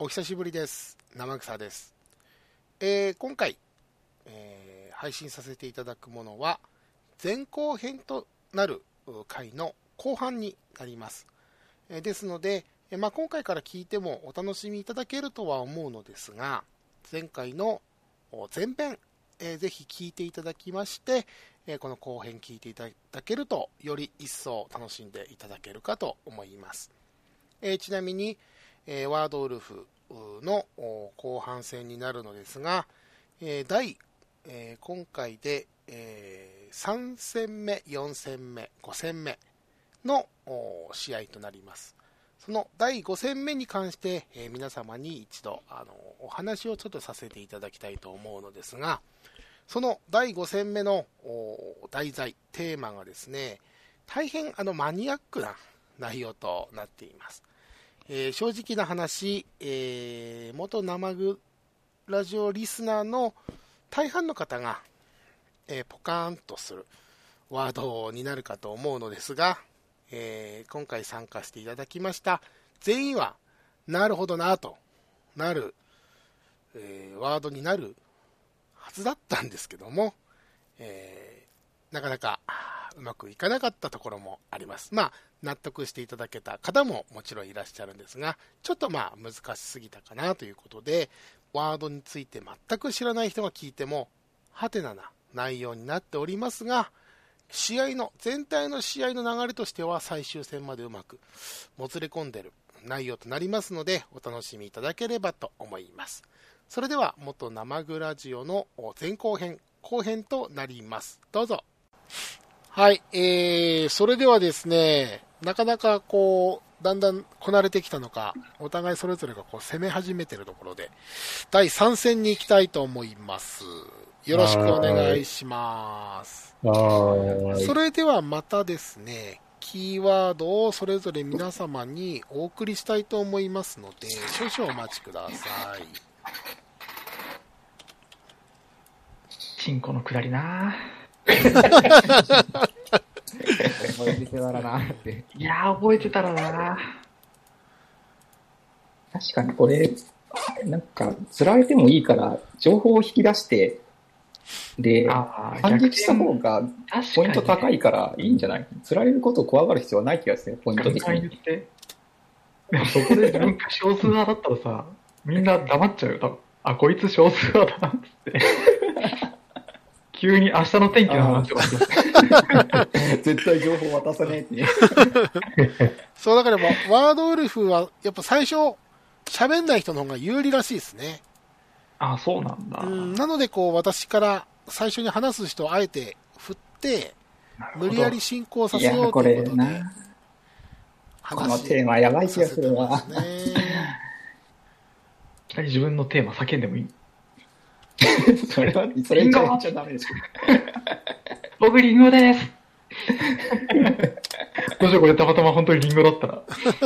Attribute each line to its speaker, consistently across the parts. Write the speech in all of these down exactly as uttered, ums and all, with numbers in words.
Speaker 1: お久しぶりです。生草です。えー、今回、えー、配信させていただくものは前後編となる回の後半になります。えー、ですので、えーまあ、今回から聞いてもお楽しみいただけるとは思うのですが、前回の前編、えー、ぜひ聞いていただきまして、えー、この後編聞いていただけるとより一層楽しんでいただけるかと思います。えー、ちなみに、えー、ワードウルフの後半戦になるのですが、えー、第、えー、今回で、えー、さん戦目、よん戦目、ご戦目の試合となります。そのだいご戦目に関して、えー、皆様に一度あのお話をちょっとさせていただきたいと思うのですが、そのだいご戦目の題材、テーマがですね、大変あのマニアックな内容となっています。えー、正直な話、えー、元生具ラジオリスナーの大半の方が、えー、ポカーンとするワードになるかと思うのですが、えー、今回参加していただきました全員はなるほどなとなる、えー、ワードになるはずだったんですけども、えー、なかなかうまくいかなかったところもあります。まあ納得していただけた方ももちろんいらっしゃるんですが、ちょっとまあ難しすぎたかなということで、ワードについて全く知らない人が聞いてもハテナな内容になっておりますが、試合の全体の試合の流れとしては最終戦までうまくもつれ込んでいる内容となりますので、お楽しみいただければと思います。それでは元生具ラジオの前後編後編となります。どうぞ。はい、えー、それではですね、なかなかこうだんだんこなれてきたのか、お互いそれぞれがこう攻め始めているところでだいさん戦に行きたいと思います。よろしくお願いします。
Speaker 2: はい。
Speaker 1: それではまたですね、キーワードをそれぞれ皆様にお送りしたいと思いますので、少々お待ちください。
Speaker 3: チンコのくだりな
Speaker 4: 覚えてたらなって。
Speaker 3: いやー、覚えてたらな。
Speaker 4: 確かにこれ、なんか、釣られてもいいから、情報を引き出して、で、反撃した方がポイント高いからいいんじゃない？釣られることを怖がる必要はない気がする、ポイント的に。
Speaker 3: 言って。でもそこで自分が少数派だったらさ、みんな黙っちゃうよ、多分。あ、こいつ少数派だなって。急に明日の天気の話とか
Speaker 4: 絶対情報渡さねえって。
Speaker 1: そう、だからもう、ワードウルフは、やっぱ最初、喋んない人の方が有利らしいですね。
Speaker 3: あ、そうなんだ。
Speaker 1: うん、なので、こう、私から最初に話す人をあえて振って、無理やり進行させようということで。いや、
Speaker 4: これな。このテーマやばい気がするわ。
Speaker 3: 自分のテーマ叫んでもいい？
Speaker 4: それは、それ言っちゃダメです。
Speaker 3: 僕リンゴです。どうしよう、これたまたま本当にリンゴだったら。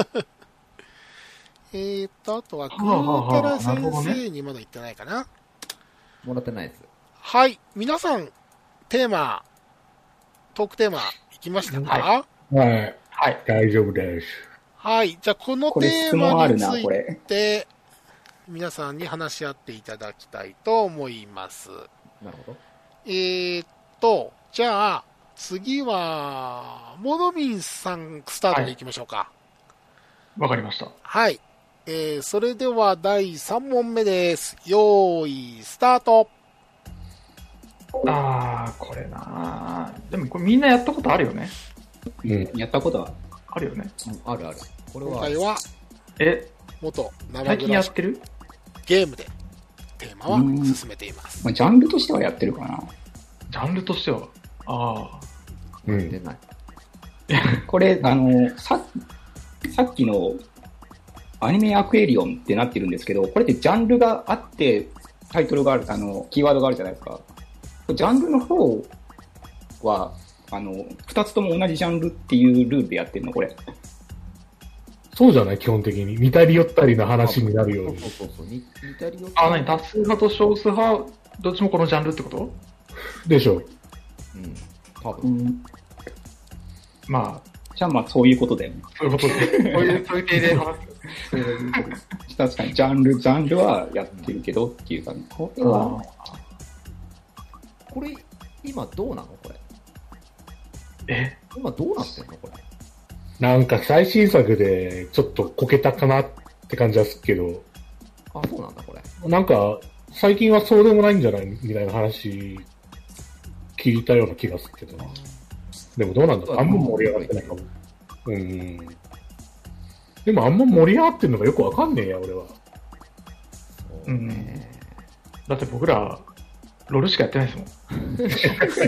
Speaker 1: えーと、あとは、グータラ先生にまだ言ってないかな。
Speaker 4: もらってないです。
Speaker 1: はい。皆さん、テーマ、トークテーマ、いきましたか？
Speaker 2: はい。はい。はい、大丈夫です。
Speaker 1: はい。じゃあ、このテーマについて、皆さんに話し合っていただきたいと思います。
Speaker 4: なるほど。
Speaker 1: えーっと、じゃあ、次は、モノミンさんスタートでいきましょうか。
Speaker 3: わ、はい、かりました。
Speaker 1: はい。えー、それではだいさん問目です。よーい、スタート。
Speaker 3: あー、これなー。でもこれみんなやったことあるよね。
Speaker 4: うん、やったことは
Speaker 3: あるよね。
Speaker 4: うん、あるある。
Speaker 1: これは今回は、
Speaker 3: え、
Speaker 1: 元生
Speaker 3: 最近やってる
Speaker 1: ゲームでテーマは進めています。
Speaker 4: まあ、ジャンルとしてはやってるかな。
Speaker 3: ジャンルとしてはああ。
Speaker 4: うん。出ない。これ、あの、さ、さっきのアニメアクエリオンってなってるんですけど、これってジャンルがあってタイトルがある、あの、キーワードがあるじゃないですか。ジャンルの方は、あの、二つとも同じジャンルっていうルールでやってるの、これ。
Speaker 2: そうじゃない、基本的に。似たり寄ったりの話になるように。
Speaker 4: そうそうそう。似たり寄ったり。
Speaker 3: あ、何多数派と少数派、どっちもこのジャンルってこと
Speaker 2: でしょう。
Speaker 4: うん。多分。うん、
Speaker 3: まあ。
Speaker 4: じゃあまあそういうことだよね。
Speaker 3: そういうことで。そういう、そういう系で話す。
Speaker 4: 確かにジャンル、ジャンルはやってるけどっていうか、これは、
Speaker 5: これ、今どうなのこれ。
Speaker 3: え
Speaker 5: 今どうなってんのこれ。
Speaker 2: なんか最新作でちょっとこけたかなって感じはするけど、
Speaker 5: あ、そうなんだこれ。
Speaker 2: なんか最近はそうでもないんじゃないみたいな話聞いたような気がするけど、でもどうなんだろう、あんま盛り上がってないかも。うん。でもあんま盛り上がってるのがよくわかんねえや、俺は。
Speaker 5: そうね。
Speaker 3: だって僕ら、ロールしかやってないですもん。
Speaker 5: まあ、言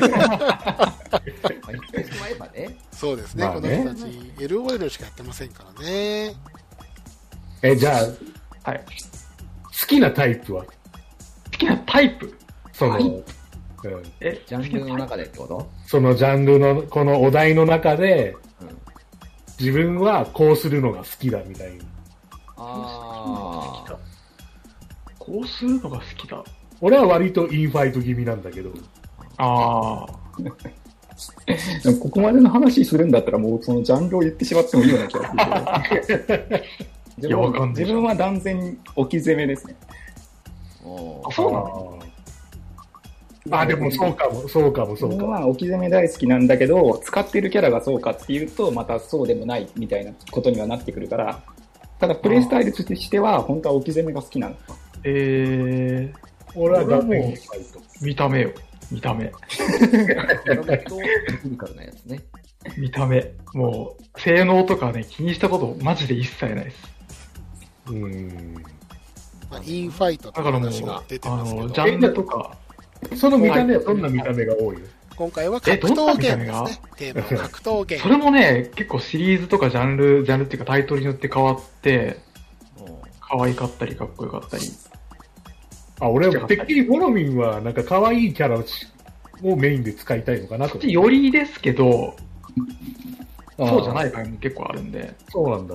Speaker 5: ってしまえばね。
Speaker 1: そうですね、
Speaker 2: まあね
Speaker 1: この人たち エルオーエル しかやってませんからね。
Speaker 2: え、じゃあ、
Speaker 3: はい。
Speaker 2: 好きなタイプは
Speaker 3: 好きなタイプ
Speaker 2: その、
Speaker 5: はい
Speaker 2: うん、
Speaker 3: え、
Speaker 5: ジャンルの中でってこと
Speaker 2: そのジャンルの、このお題の中で、
Speaker 5: うん。
Speaker 2: 自分はこうするのが好きだみたいな。
Speaker 5: ああ。
Speaker 3: こうするのが好きだ。
Speaker 2: 俺は割とインファイト気味なんだけど。
Speaker 3: ああ。
Speaker 4: でもここまでの話するんだったらもうそのジャンルを言ってしまってもいいような気がするけど。自
Speaker 3: いやわかん
Speaker 4: 分
Speaker 3: ない
Speaker 4: 自分は断然に置き攻めですね。
Speaker 5: お
Speaker 3: あ、そうなの
Speaker 2: あ、でもそうかも、そうかも、そうかも。
Speaker 4: 自分は置き攻め大好きなんだけど、使ってるキャラがそうかっていうと、またそうでもないみたいなことにはなってくるから、ただプレイスタイルとしては、本当は置き攻めが好きなの。
Speaker 3: えー、
Speaker 2: 俺は
Speaker 3: 俺はもう
Speaker 2: 断然インファイト。
Speaker 3: 見た目よ。見た目。
Speaker 5: ー。とテクニカルなやつね。
Speaker 3: 見た目。もう、性能とかね、気にしたことマジで一切ないです。
Speaker 2: うーん。
Speaker 1: まあ、インファイトという
Speaker 3: だからもう、
Speaker 1: 話が出て
Speaker 3: あ
Speaker 1: ますけど
Speaker 3: の、ジ、ャンルとか、
Speaker 2: その見た目はどんな見た目が多いの？
Speaker 1: 今回は格闘ゲームですね。テーマは格闘ゲー
Speaker 3: そ
Speaker 1: ム。
Speaker 3: れもね、結構シリーズとかジャンル、ジャンルっていうかタイトルによって変わって、可愛かったりかっこよかったり。
Speaker 2: あ、俺はてっきりモロミンはなんか可愛いキャラをメインで使いたいのかなと。
Speaker 3: よりですけど、そうじゃ
Speaker 2: い。
Speaker 3: ない場合も結構あるんで。
Speaker 2: そうなんだ。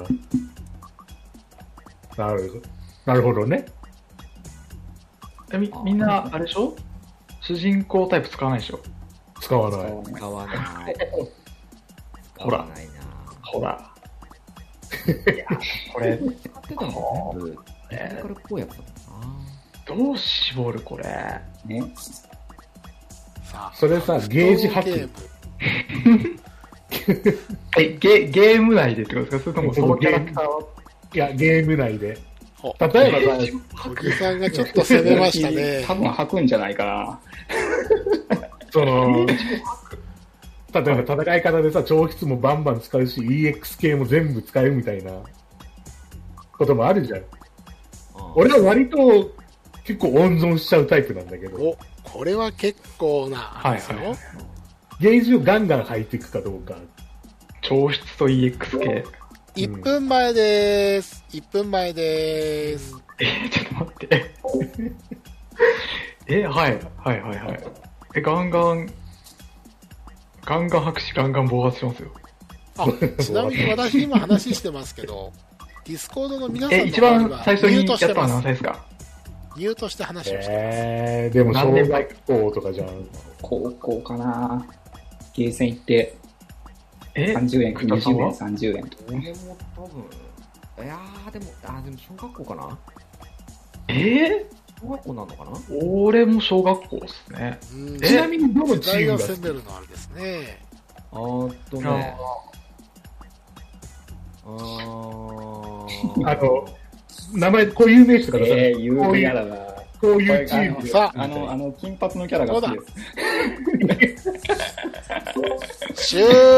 Speaker 2: なるほど。なるほどね。
Speaker 3: えみみんな、あれでしょ主人公タイプ使わないでしょ
Speaker 2: 使わない。
Speaker 5: 使わない。
Speaker 3: ほら
Speaker 5: 使わないな。
Speaker 3: ほら。いや、これ、
Speaker 5: 使ってたの全部、テクニカルっぽいやつだもんな。
Speaker 3: どう絞るこれ。
Speaker 4: ね。
Speaker 1: さあ
Speaker 2: それさ、ゲージ吐
Speaker 1: ゲー
Speaker 2: く
Speaker 1: ム。
Speaker 3: え、ゲ、ゲーム内でってことですかそれともそのキャラクターを。
Speaker 2: いや、ゲーム内で。
Speaker 1: お
Speaker 2: 例えばさ、
Speaker 1: 小木さんがちょっと攻めましたね
Speaker 4: 多。分吐くんじゃないかな。
Speaker 2: その、例えば戦い方でさ、超筆もバンバン使うし、イーエックス 系も全部使うみたいなこともあるじゃん。俺は割と結構温存しちゃうタイプなんだけど、
Speaker 1: お、これは結構な、
Speaker 3: はい
Speaker 1: ですよ
Speaker 3: はいはい。
Speaker 2: ゲージをガンガン入っていくかどうか。
Speaker 3: 調出と イーエックス 系。
Speaker 1: いっぷんまえでーす。いっぷんまえでーす。
Speaker 3: えー、ちょっと待って。え、はい、はいはいはい。え、ガンガン、ガンガン拍手、ガンガン暴発しますよ。
Speaker 1: あ、ちなみに私今話してますけど、ディスコードの皆さん
Speaker 3: え、
Speaker 1: の
Speaker 3: 一
Speaker 1: 周りは
Speaker 3: 番最初
Speaker 1: ミュー
Speaker 3: にやったのは
Speaker 1: トしてます。
Speaker 3: 何歳ですか
Speaker 1: ミュートして話をして
Speaker 2: えー、でも小
Speaker 3: 何年前
Speaker 2: 学校とかじゃん。
Speaker 4: 高校かな。ゲーセン行って
Speaker 3: え
Speaker 4: さんじゅうえん、
Speaker 3: 福田さんは
Speaker 4: にじゅうえん、さんじゅうえん。
Speaker 5: 俺も多分、いやーでも、あーでも小学校かな
Speaker 3: えー、
Speaker 5: 小学校なのかな
Speaker 3: 俺も小学校ですね。
Speaker 1: ます。うん
Speaker 3: え
Speaker 2: ちなみにどの
Speaker 1: 世代を
Speaker 2: チームが好
Speaker 1: 攻めるのあれですね。
Speaker 5: あーっとね、あー
Speaker 2: あの名前、固有名詞とか出さない
Speaker 4: えー、有名やだな。
Speaker 2: こういうチーム
Speaker 1: さあ
Speaker 4: あの、あの、金髪のキャラが好きです。
Speaker 1: 終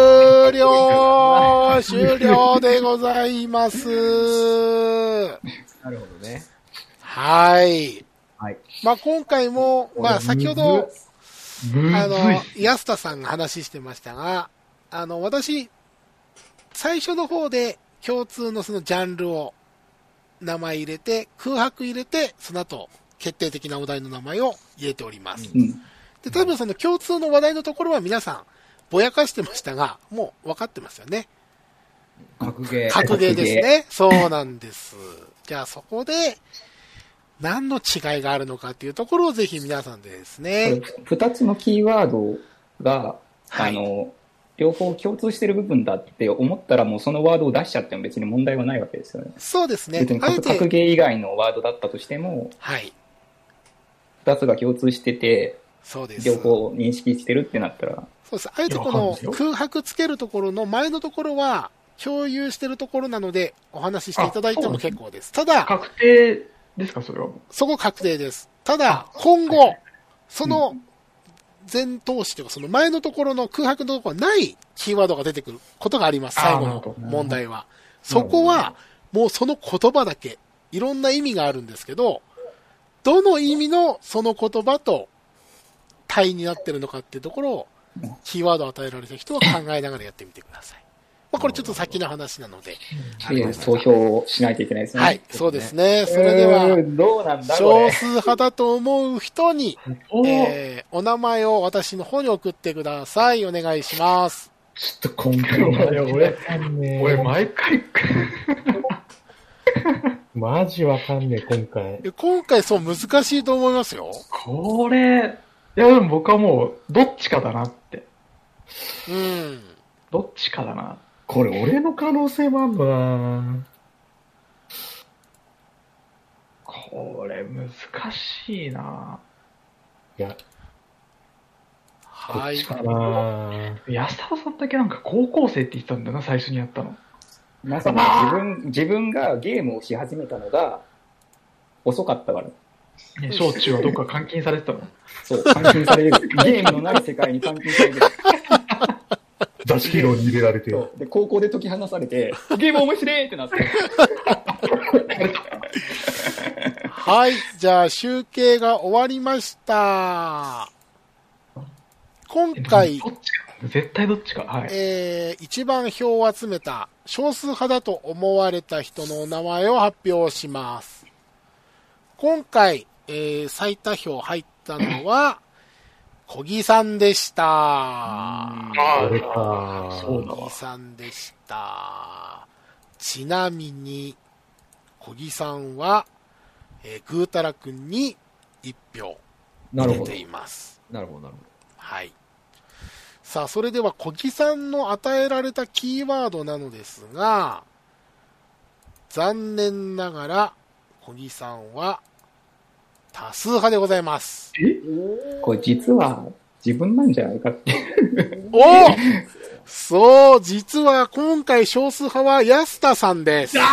Speaker 1: 了終了でございます。
Speaker 5: なるほどね。
Speaker 1: はい。
Speaker 5: はい。
Speaker 1: まあ今回も、まあ先ほど、
Speaker 3: む
Speaker 1: あの
Speaker 3: ずい。、
Speaker 1: 安田さんが話してましたが、あの、私、最初の方で共通のそのジャンルを名前入れて、空白入れて、その後、決定的なお題の名前を入れております。
Speaker 4: うん。
Speaker 1: で、多分その共通の話題のところは皆さん、ぼやかしてましたが、もう分かってますよね。
Speaker 5: 格ゲー。
Speaker 1: 格ゲーですね。そうなんです。じゃあそこで、何の違いがあるのかっていうところをぜひ皆さんでですね。
Speaker 4: 二つのキーワードが、
Speaker 1: はい
Speaker 4: あの、 両方共通してる部分だって思ったらもうそのワードを出しちゃっても別に問題はないわけですよね。
Speaker 1: そうですね。
Speaker 4: 別に格格ゲー以外のワードだったとしても、
Speaker 1: はい。
Speaker 4: 二つが共通してて、
Speaker 1: そうです。
Speaker 4: 両方認識してるってなったら。
Speaker 1: そうです。あえてこの空白つけるところの前のところは共有してるところなのでお話ししていただいても結構です。ただ、
Speaker 3: 確定ですか、それは。
Speaker 1: そこ確定です。ただ、今後、その前頭詞というかその前のところの空白のところはないキーワードが出てくることがあります。最後の問題は。そこはもうその言葉だけ、いろんな意味があるんですけど、どの意味のその言葉と対になってるのかっていうところを、キーワードを与えられた人は考えながらやってみてください。まあ、これちょっと先の話なので。
Speaker 4: 投票しないといけないですね。
Speaker 1: はい、そうですね。それでは、
Speaker 4: どうなんだ
Speaker 1: 少数派だと思う人に、えー、お名前を私の方に送ってください。お願いします。
Speaker 2: ちょっと今回は俺、
Speaker 3: 俺毎回、
Speaker 2: マジわかんねえ、今回。
Speaker 1: 今回そう難しいと思いますよ。
Speaker 3: これ、いやでも僕はもう、どっちかだなって。
Speaker 1: うん。
Speaker 3: どっちかだな。
Speaker 2: これ俺の可能性もあるな。
Speaker 3: これ難しいな。
Speaker 2: いや。
Speaker 1: はい。
Speaker 2: どっちかな。
Speaker 3: 安田さんだけなんか高校生って言ってたんだよな、最初にやったの。
Speaker 4: まさに自分、自分がゲームをし始めたのが遅かったから。
Speaker 3: ね、小中はどっか監禁されてたの。
Speaker 4: そう、監禁される。ゲームのない世界に監禁される。
Speaker 2: 座敷牢に入れられて。
Speaker 4: で、高校で解き放されて、ゲーム面白いってなって。
Speaker 1: はい、じゃあ集計が終わりました。今回、
Speaker 3: 絶対どっちか。はい。
Speaker 1: えー、一番票を集めた少数派だと思われた人のお名前を発表します。今回、えー、最多票入ったのは、小木さんでした。
Speaker 2: ああ、
Speaker 1: そうだわ。小木さんでした。ちなみに、小木さんは、えー、ぐーたらくんにいち票入れています。
Speaker 5: なるほど、なるほど。
Speaker 1: はい。さあ、それでは小木さんの与えられたキーワードなのですが、残念ながら、小木さんは多数派でございます。
Speaker 4: え？これ実は自分なんじゃないかって。
Speaker 1: おそう、実は今回少数派は安田さんです。こ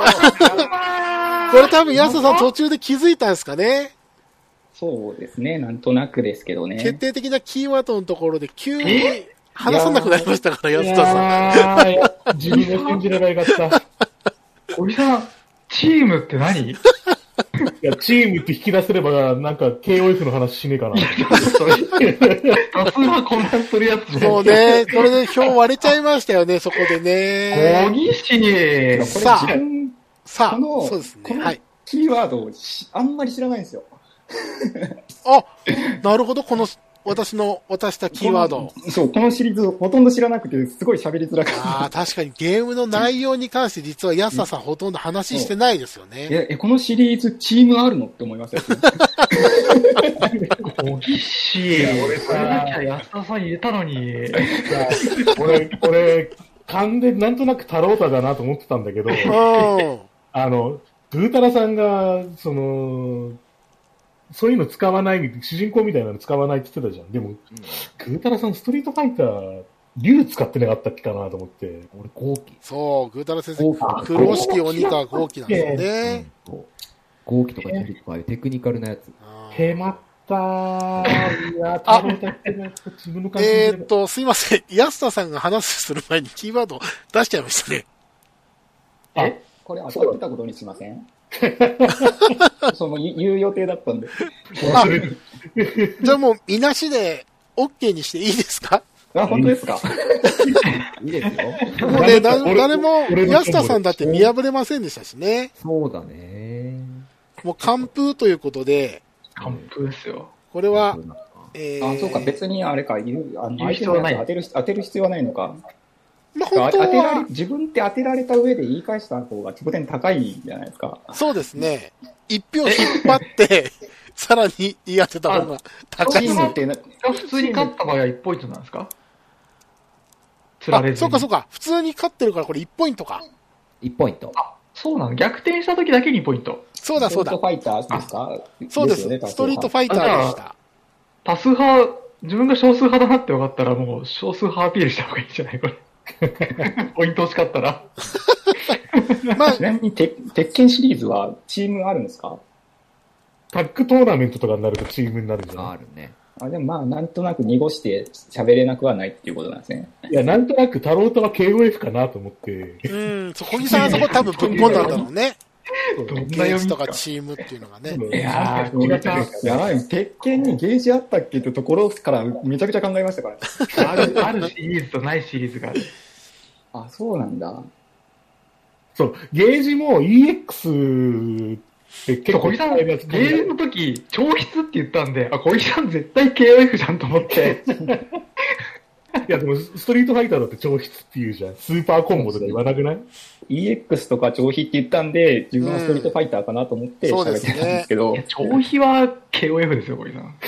Speaker 1: れ多分安田さん途中で気づいたんですかね。
Speaker 4: そうですね、なんとなくですけどね。
Speaker 1: 決定的なキーワードのところで急に話さなくなりましたから、安田さ
Speaker 2: ん。自分が信じればよかった。
Speaker 3: 小木さん、チームって何？い
Speaker 2: や、チームって引き出せれば、なんか ケーオーエフ の話しねえかな。
Speaker 3: 多数は混乱するやつじゃん。
Speaker 1: そうね、これで票割れちゃいましたよね、そこでね。
Speaker 3: 小木氏
Speaker 1: さあ、さあ、
Speaker 4: この、
Speaker 1: そうですね。
Speaker 4: このキーワードをあんまり知らないんですよ。
Speaker 1: あ、なるほど、この、私の渡したキーワード。
Speaker 4: そう、このシリーズをほとんど知らなくて、すごい喋りづらかった。
Speaker 1: ああ、確かにゲームの内容に関して実は安田さんほとんど話してないですよね。
Speaker 4: え、え、このシリーズチームあるのって思いましたよ。
Speaker 3: 小木氏、俺それなきゃ安田さん入れたのに。
Speaker 2: 俺、俺、勘でなんとなくタロータだなと思ってたんだけど、あの、グータラさんが、その、そういうの使わない、主人公みたいなの使わないって言ってたじゃん。でも、うん、グータラさんストリートファイター、竜使ってなかったっけかなと思って。
Speaker 5: 俺、豪気。
Speaker 1: そう、グータラ先生、黒式鬼か豪気なんですよね。
Speaker 5: 豪気とかテレとかテクニカルなやつ。
Speaker 2: へまったー。いや、タロータってやつ自分の感じで。
Speaker 1: えーっと、すいません。安田さんが話する前にキーワード出しちゃいましたね。
Speaker 4: えこれ当たってたことにしません？その言う予定だったんで。
Speaker 1: あ、じゃあもう、みなしで OK にしていいですか？
Speaker 4: あ、本当ですか？
Speaker 5: いいですよ。
Speaker 1: もうね、誰も、安田さんだって見破れませんでしたしね。
Speaker 5: そうだね。
Speaker 1: もう完封ということで。
Speaker 3: 完封ですよ。
Speaker 1: これは、え
Speaker 4: ー、あ、そうか、別にあれか、言う、あの、相手のやつ当てる、当てる必要はないのか。まあ、本当は当てられ自分って当てられた上で言い返した方が得点高いじゃないですか。
Speaker 1: そうですね。一票引っ張って、さらに言い当てた方が高い。
Speaker 3: チームって普通に勝った場合はいちポイントなんですか？ 釣られずに。
Speaker 1: そうかそうか。普通に勝ってるからこれいちポイントか。
Speaker 5: いちポイント。
Speaker 3: そうなの、逆転した時だけにポイント。
Speaker 1: そうだそうだ
Speaker 4: ストリート。ファイターですか？
Speaker 1: そうです。
Speaker 4: よね
Speaker 1: ストリートファイターでした。
Speaker 3: 多数派、自分が少数派だなって分かったら、もう少数派アピールした方がいいんじゃないこれ。ポイント欲しかったら。
Speaker 1: まあ
Speaker 4: ち、なみに、て鉄拳シリーズはチームあるんですか？
Speaker 2: タッグトーナメントとかになるとチームになるんじゃない？
Speaker 5: あるね。
Speaker 4: あ、でもまあ、なんとなく濁して喋れなくはないっていうことなんですね。
Speaker 2: いや、なんとなくタロータは ケーオーエフ かなと思って。
Speaker 1: うん、そこにさんあそこ多分ぶっ込んだんだろうね。
Speaker 3: どんな
Speaker 1: ゲー
Speaker 3: 読みか
Speaker 1: ジとか。チームっていうのがね。
Speaker 2: い
Speaker 3: やー
Speaker 2: 違った。
Speaker 4: やばい、鉄拳にゲージあったっけってところからめちゃくちゃ考えましたから。
Speaker 3: ある、あるシリーズとないシリーズがある。
Speaker 4: あ、そうなんだ。
Speaker 2: そう、ゲージも イーエックス って結
Speaker 3: そう、
Speaker 2: 構
Speaker 3: 小木さん、ゲ
Speaker 2: 使いやすい
Speaker 3: ームの時、超筆って言ったんで、あ、小木さん絶対 ケーオーエフ じゃんと思って。
Speaker 2: いや、でも、ストリートファイターだって超筆って言うじゃん。スーパーコンボとか言わなくない？
Speaker 4: イーエックス とか超飛って言ったんで、自分はストリートファイターかなと思って
Speaker 1: うん
Speaker 4: 喋ってたんですけど、
Speaker 3: いや超飛は ケーオーエフ ですよ、小木さん。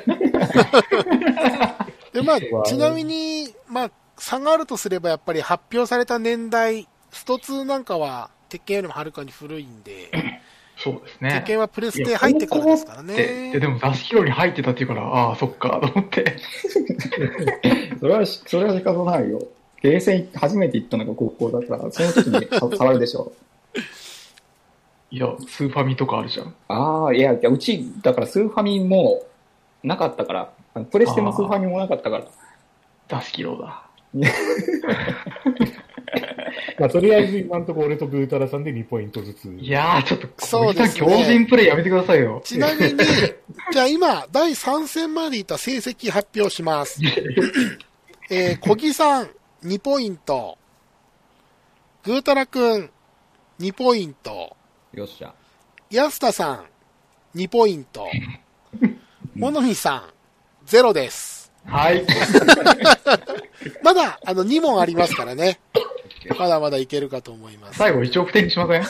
Speaker 1: で、まあ、ちなみに、まあ、差があるとすればやっぱり発表された年代、ストツーなんかは鉄拳よりもはるかに古いんで、
Speaker 3: そうですね。
Speaker 1: 鉄拳はプレステ入ってからですから
Speaker 3: で、で
Speaker 1: ね。
Speaker 3: でも、座敷牢に入ってたっていうから、ああ、そっか、と思って。
Speaker 4: それはし、それは仕方ないよ。ゲーセン初めて行ったのが高校だったら、その時にさ触るでしょ。
Speaker 3: いや、スーファミとかあるじゃん。
Speaker 4: ああ、いや、いやうち、だからスーファミもなかったから、あのプレステもスーファミもなかったから。
Speaker 3: 座敷牢だ。
Speaker 2: まあ、とりあえず今のところ俺とグータラさんでにポイントずつ。
Speaker 3: いやー、ちょっと、
Speaker 1: そうですね
Speaker 3: 小木さん、強靭プレイやめてくださいよ。
Speaker 1: ちなみに、じゃあ今、だいさん戦までいった成績発表します。えー、小木さん、にポイント。ぐーたらくん、にポイント。
Speaker 5: よっしゃ。
Speaker 1: 安田さん、にポイント。ものみさん、ゼロです。
Speaker 3: はい。
Speaker 1: まだ、あの、に問ありますからね。まだまだいけるかと思います。
Speaker 3: 最後、一応不点にしません？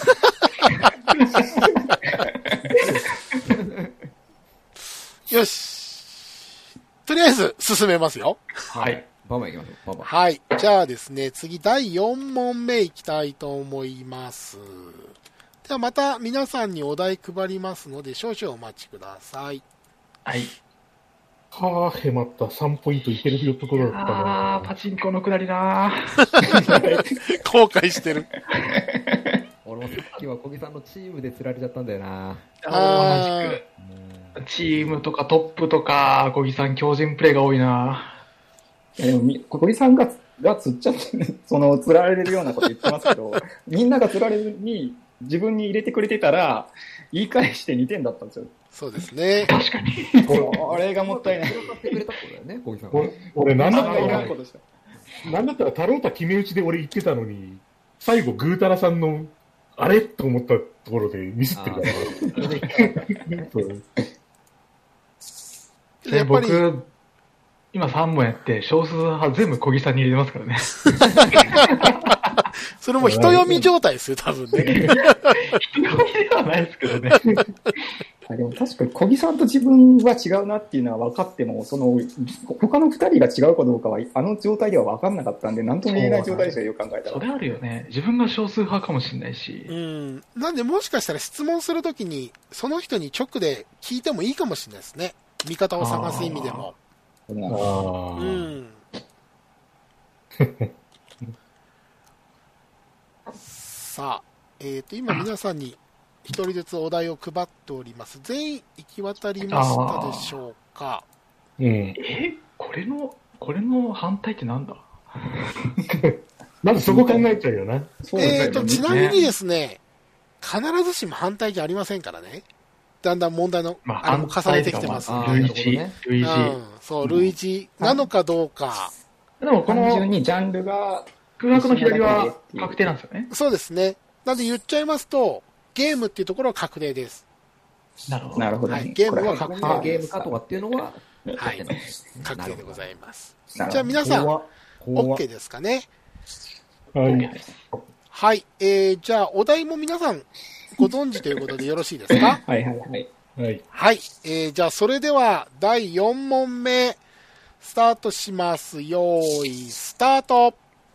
Speaker 1: よし。とりあえず、進めますよ。
Speaker 3: はい。
Speaker 5: バンバン行きましょう。バンバン。
Speaker 1: はい。じゃあですね、次だいよん問目いきたいと思います。ではまた皆さんにお題配りますので、少々お待ちください。
Speaker 3: はい。
Speaker 2: はぁ、へまった。さんポイントいけるところだった
Speaker 3: あー、パ
Speaker 2: な。
Speaker 3: チンコのくだりな
Speaker 1: 後悔してる。
Speaker 5: 俺もさっきは小木さんのチームで釣られちゃったんだよな。
Speaker 1: あー
Speaker 3: 同じく。チームとかトップとか、小木さん強靭プレイが多いない
Speaker 4: やでもみ、小木さんが、が釣っちゃって、その、釣られるようなこと言ってますけど、みんなが釣られずに、自分に入れてくれてたら、言い返してにてんだったんですよ。
Speaker 1: そうですね。
Speaker 3: 確かに。
Speaker 4: これがもったいない。
Speaker 5: 釣らせてくれたってことだよね、小木さんが。
Speaker 2: 俺、俺なんだった
Speaker 4: あいらん
Speaker 2: ら、
Speaker 4: ことした。
Speaker 2: なんだったらタロータ決め打ちで俺言ってたのに、最後グータラさんの、あれと思ったところでミスってるから。
Speaker 5: それで行った
Speaker 2: そう
Speaker 3: で
Speaker 1: やっぱり、
Speaker 3: 僕、今さん問やって、少数派全部小木さんに入れてますからね。
Speaker 1: それも人読み状態ですよ、多分ね。
Speaker 3: 人読みではないですけどね。
Speaker 4: あでも確かに小木さんと自分は違うなっていうのは分かっても、その、他の二人が違うかどうかは、あの状態では分かんなかったんで、なんとも言えない状態でしたよ、よく考えたら。
Speaker 3: それあるよね。自分が少数派かもしれないし
Speaker 1: う。ん。なんでもしかしたら質問するときに、その人に直で聞いてもいいかもしれないですね。味方を探す意味でも。
Speaker 2: あ
Speaker 1: う
Speaker 2: ー
Speaker 1: ん。さあ、えっ、と、今皆さんに一人ずつお題を配っております。全員行き渡りましたでしょうか？
Speaker 2: うん。
Speaker 3: えこれの、これの反対ってなんだ？
Speaker 2: まずそこ考えちゃうよな。
Speaker 4: そうですね
Speaker 1: えっ、と、ちなみにですね、必ずしも反対じゃありませんからね。だんだん問題の、
Speaker 3: まあ、
Speaker 1: あれも重ねてきてます。
Speaker 5: あー
Speaker 3: 類似
Speaker 5: なるほどね、
Speaker 3: 類似。
Speaker 1: うん、そう、類似なのかどうか。
Speaker 3: でもこ
Speaker 4: 単純
Speaker 3: の
Speaker 4: にジャンルが、
Speaker 3: 空白の左は確定なんですよね。
Speaker 1: そうですね。なんで言っちゃいますと、ゲームっていうところは確定です。
Speaker 3: なるほど。
Speaker 4: なるほど、ね
Speaker 1: はいゲームは
Speaker 4: これ
Speaker 1: 確
Speaker 5: 何がゲームかとかっていうのは、
Speaker 1: はい
Speaker 5: 確定なんですね
Speaker 1: 確定でございます。
Speaker 4: なるほど
Speaker 1: じゃあ皆さん、
Speaker 5: 怖っ怖っ
Speaker 1: OK ですかね。
Speaker 2: はい。
Speaker 1: はい。えー、じゃあお題も皆さんご存知ということでよろしいですか？
Speaker 4: はいはいはい。
Speaker 2: はい。
Speaker 1: はい。えー、じゃあそれではだいよん問目、スタートします。よーい、スタート。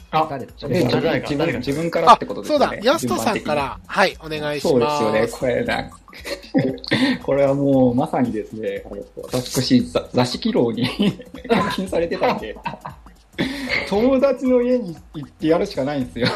Speaker 3: あ、
Speaker 5: 誰
Speaker 4: それ
Speaker 3: 誰が
Speaker 4: 自分
Speaker 3: 誰が
Speaker 4: 自分からってことですよね。
Speaker 1: そうだ、ヤストさんから、はい、お願いします。
Speaker 4: そうですよね、これな。これはもうまさにですね、あの私、ざ座敷牢に監禁されてたんで、友達の家に行ってやるしかないんですよ。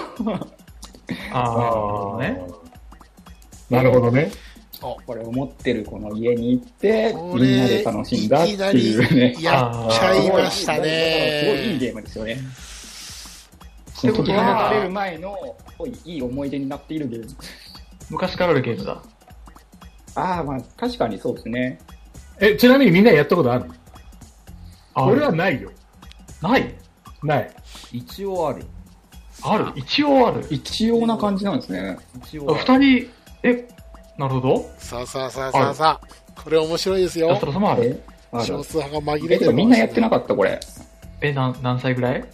Speaker 3: ああ、ね。
Speaker 2: なるほどね。
Speaker 4: これを持ってる子の家に行って、
Speaker 1: これ
Speaker 4: みんなで楽しんだっていうね。
Speaker 1: やっちゃいました
Speaker 4: すごいいい
Speaker 1: ね。
Speaker 4: ゲームですよね。その解き放たれる前の、いい思い出になっているゲーム。
Speaker 3: 昔からあるゲームだ。
Speaker 4: ああ、まあ確かにそうですね。
Speaker 2: え、ちなみにみんなやったことある？
Speaker 3: あ
Speaker 2: 俺はないよ。
Speaker 3: ない
Speaker 2: ない。
Speaker 5: 一応ある。
Speaker 3: ある一応ある。
Speaker 4: 一応な感じなんですね。
Speaker 5: 一応ある。
Speaker 3: 二人、え、なるほど。
Speaker 1: さあさあさあさあさあ、これ面白いですよ
Speaker 3: やった。こともある。
Speaker 4: えある
Speaker 1: 少数派が紛
Speaker 4: え、
Speaker 1: れてる。
Speaker 4: けどみんなやってなかったこれ。
Speaker 3: え、なん何歳ぐらい？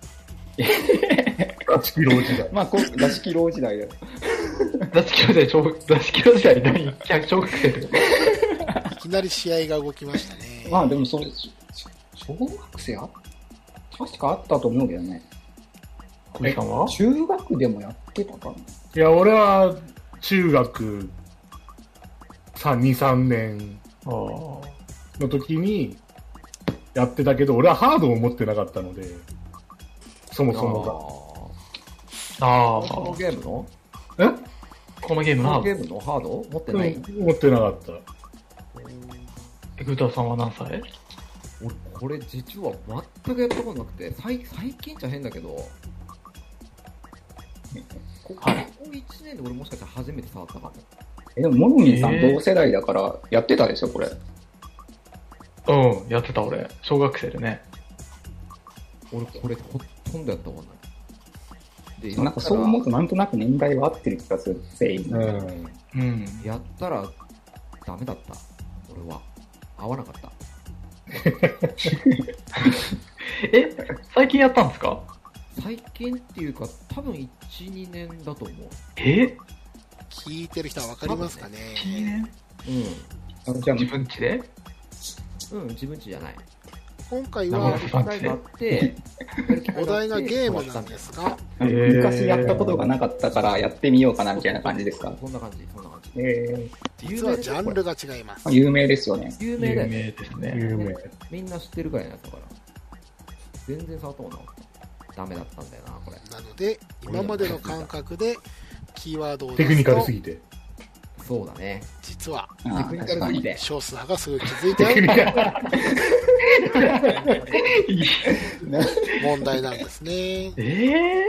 Speaker 2: 座敷牢時代。
Speaker 4: まあ、こう、座敷牢時代だよ。
Speaker 3: 座敷牢時代、小座敷牢時代に何小学生ってこと？
Speaker 1: いきなり試合が動きましたね。
Speaker 4: まあでもそうです。小学生あ確かあったと思うけどね。
Speaker 3: 小木さんは？
Speaker 4: 中学でもやってたかな。
Speaker 2: いや、俺は中学さん、に、さんねん
Speaker 3: ああ。
Speaker 2: の時にやってたけど、俺はハードを持ってなかったので、そもそも
Speaker 3: あ
Speaker 5: この
Speaker 3: あ。
Speaker 5: ゲームの
Speaker 2: が。え
Speaker 3: このゲームな
Speaker 5: このゲ。ームのハード持ってない、
Speaker 2: うん持ってなかった。
Speaker 3: え、グーターさんは何歳？
Speaker 5: 俺これ実は全くやったことなくて、最最近じゃ変だけど、ここ
Speaker 3: はい
Speaker 5: いちねんで俺もしかしたら初めて触ったかも。
Speaker 4: え、でも、モノミンさん
Speaker 3: えー
Speaker 4: 同世代だから、やってたでしょ、これ。
Speaker 3: うん、やってた俺。小学生でね。
Speaker 5: 俺これほとんどやったことない。で、
Speaker 4: なんかそう思うとなんとなく年代は合ってる気がする、全員。
Speaker 2: うん。
Speaker 3: うん。
Speaker 5: やったらダメだった。俺は。合わなかった。
Speaker 3: え、最近やったんですか？
Speaker 5: 最近っていうか、多分いち、にねんだと思う。
Speaker 3: え
Speaker 1: 聞いてる人はわかりますかね。
Speaker 3: いちねん
Speaker 5: う
Speaker 4: あじゃあ、
Speaker 3: 自分家で？
Speaker 5: ん。うん、自分家じゃない。
Speaker 1: 今回
Speaker 3: 生
Speaker 1: は
Speaker 3: で
Speaker 5: 機会があって、
Speaker 1: お題がゲームなんですが、
Speaker 3: えー
Speaker 4: 昔やったことがなかったからやってみようかなみたいな感じですか。
Speaker 5: そんな感じ、そんな感じ。
Speaker 4: え
Speaker 1: 実はジャンルが違います
Speaker 4: ー、。有名ですよね。
Speaker 3: 有
Speaker 5: 有名だよね。
Speaker 3: 名ですね。
Speaker 2: 有名。
Speaker 5: みんな知ってるぐらいのやつだから。全然触ったことなかった。ダメだったんだよな、これ。
Speaker 1: なので、今までの感覚でキーワードを
Speaker 2: テクニ
Speaker 1: 出すと
Speaker 2: カルすぎて。
Speaker 5: そうだね。
Speaker 1: 実は
Speaker 4: あ
Speaker 5: テクニカルすぎて。
Speaker 1: 少数派がすぐ気づいたよ問題なんですね。
Speaker 3: ええ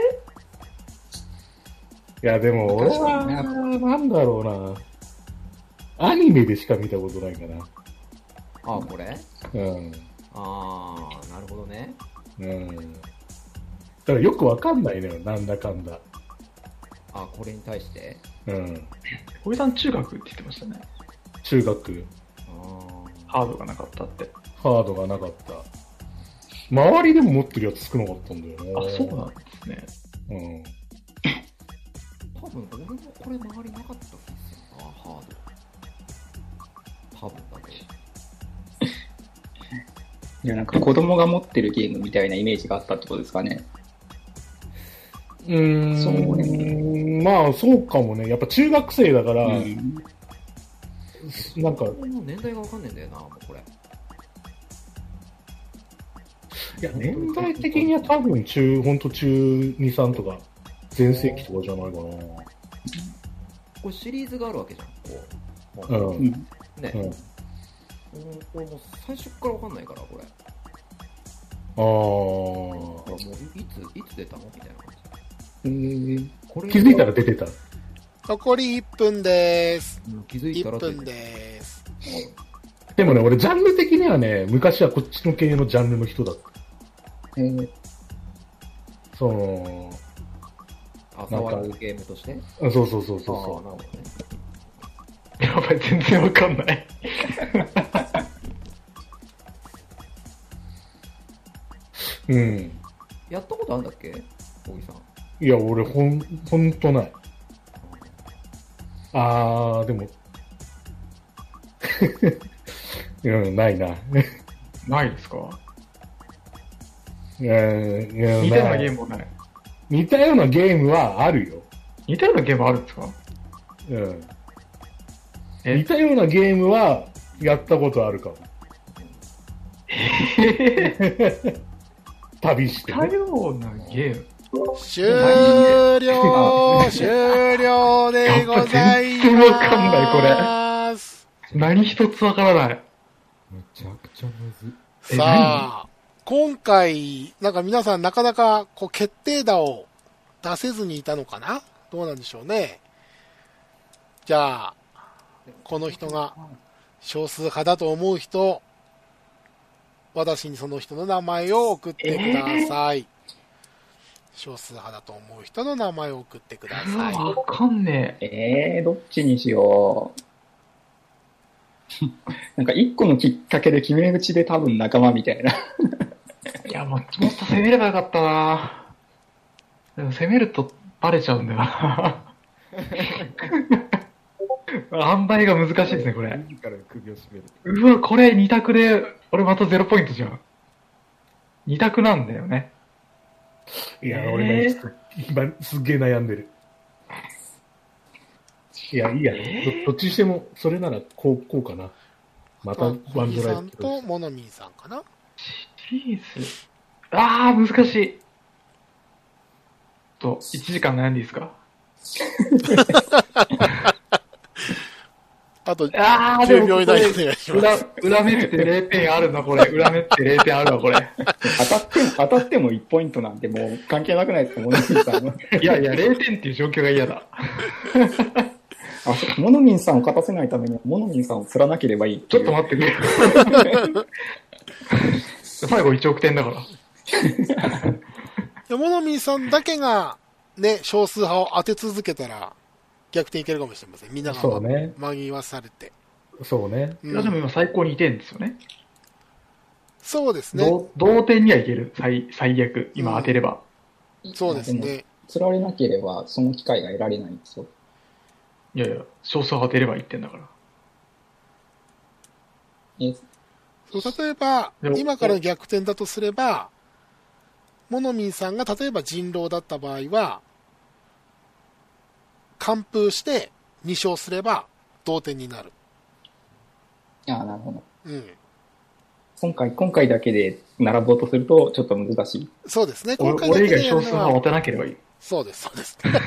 Speaker 2: いや、でも俺は、なんだろうな。アニメでしか見たことないかな。
Speaker 5: ああ、これ
Speaker 2: うん。
Speaker 5: ああ、なるほどね。
Speaker 2: うん。だからよくわかんないのよ、なんだかんだ。
Speaker 5: ああ、これに対して。
Speaker 2: うん。
Speaker 3: 小木さん中学って言ってましたね。
Speaker 2: 中学、
Speaker 5: あ
Speaker 3: ハードがなかったって。
Speaker 2: ハードがなかった。周りでも持ってるやつ少なかったんだよね。
Speaker 3: あ、そうなんですね。
Speaker 2: うん。
Speaker 5: あ、多分俺もこれ周りなかった気がするな、ハード。多分だけ
Speaker 4: いや、なんか子供が持ってるゲームみたいなイメージがあったってことですかね。
Speaker 2: うーん。
Speaker 4: そうね
Speaker 2: まあ、そうかもね。やっぱ中学生だから、
Speaker 4: うん。
Speaker 2: なんか、
Speaker 5: ど。もう年代がわかんねえんだよな、もうこれ。
Speaker 2: いや、年代的には多分中、ほんと中に、さんとか、全盛期とかじゃないか
Speaker 5: これシリーズがあるわけじゃん、こう。
Speaker 2: な。う。
Speaker 4: うんん。
Speaker 5: ね。
Speaker 2: うん。
Speaker 5: うん俺もう最初からわかんないから、これ。
Speaker 2: あ
Speaker 5: ほらもういつ、いつ出たのみたいな感
Speaker 4: えー、
Speaker 5: じ。これ
Speaker 2: あ。気づいたら出てた。
Speaker 1: 残りいっぷんです。
Speaker 5: うん気づいた
Speaker 1: 1
Speaker 5: ら出て
Speaker 1: 分です。
Speaker 2: でもね、俺、ジャンル的にはね、昔はこっちの系のジャンルの人だった。
Speaker 4: えー、
Speaker 2: その、
Speaker 5: あ、触るゲームとして。
Speaker 2: あそうそうそう
Speaker 5: ああ、
Speaker 2: そ
Speaker 5: なるほどね。
Speaker 3: やばい、全然わかんない。
Speaker 2: う。うん。
Speaker 5: やったことあるんだっけ小木さん。
Speaker 2: いや、俺、ほん、ほんとない。あー、でも、うん、ないな。
Speaker 3: ないですか？
Speaker 2: いや、いや
Speaker 3: 似たような
Speaker 2: ない
Speaker 3: ゲームもない。
Speaker 2: 似たようなゲームはあるよ。
Speaker 3: 似たようなゲームあるんですか？
Speaker 2: うん。
Speaker 3: え
Speaker 2: 似たようなゲームはやったことあるかも。旅して、
Speaker 3: 似た
Speaker 2: ね。
Speaker 3: ようなゲーム。
Speaker 1: 終了終了でございます。
Speaker 3: やっぱ全然わかんない何一つわからない。
Speaker 5: めちゃくちゃむず。
Speaker 3: え
Speaker 1: さあ、今回、なんか皆さんなかなかこう決定打を出せずにいたのかな？どうなんでしょうね。じゃあ、この人が少数派だと思う人、私にその人の名前を送ってください。えー、少数派だと思う人の名前を送ってください。
Speaker 3: わかんねえ。
Speaker 4: えー、どっちにしよう。なんか一個のきっかけで決め口で多分仲間みたいな。
Speaker 3: いや、もうもっと攻めればよかったな。でも攻めるとバレちゃうんだよな。塩梅が難しいですね、これ。
Speaker 5: 自ら首を絞める。
Speaker 3: うわ、これ二択で、俺またゼロポイントじゃん。二択なんだよね。
Speaker 2: いや、
Speaker 3: えー
Speaker 2: 俺ね、今すっげえ悩んでる。いや、いいや、ね、ど, どっちにしても、それならこう、こうかな。また、ワ
Speaker 1: 小木
Speaker 2: ンドライブ。
Speaker 1: さんとモノミンさんかな。
Speaker 3: シリーズ。あー、難しい。と、いちじかん悩んでいいですか？
Speaker 1: あと
Speaker 3: あー、
Speaker 1: じゅうびょう以内でお願いしま
Speaker 3: 裏、
Speaker 1: す。
Speaker 3: 裏目ってれいてんあるな、これ。裏目ってれいてんあるわ、これ。
Speaker 4: 当たっても、当たってもいちポイントなんてもう関係なくないですか、モノミンさんは。
Speaker 3: いやいや、れいてんっていう状況が嫌だ。
Speaker 4: あ、そっか、モノミンさんを勝たせないためには、モノミンさんを釣らなければいいっていう。
Speaker 3: ちょっと待ってくれ。最後いちおくてんだから。
Speaker 1: でモノミンさんだけが、ね、少数派を当て続けたら、逆転いけるかもしれません。みんなが
Speaker 2: そうね。
Speaker 1: 紛わされて。
Speaker 2: そうね。
Speaker 1: うん
Speaker 3: いや、でも今最高にてんですよね。
Speaker 1: そうですね。
Speaker 3: 同同点にはいける。最、最悪。今当てれば。
Speaker 1: そうです
Speaker 4: でも
Speaker 1: ね。
Speaker 4: 釣られなければ、その機会が得られないんですよ。
Speaker 3: いやいや、少数当てればいってんだから。
Speaker 4: え、
Speaker 1: そう例えば
Speaker 3: でも、
Speaker 1: 今から逆転だとすれば、モノミンさんが例えば人狼だった場合は、完封してに勝すれば同点になる。
Speaker 4: ああ、なるほど。
Speaker 1: うん。
Speaker 4: 今回、今回だけで並ぼうとすると、ちょっと難しい。
Speaker 1: そうですね。
Speaker 3: 俺
Speaker 1: 今回だけ
Speaker 3: 俺以外
Speaker 1: でやるのは
Speaker 3: 少数派を当てなければいい。
Speaker 1: そうです、そうです。
Speaker 3: うわ、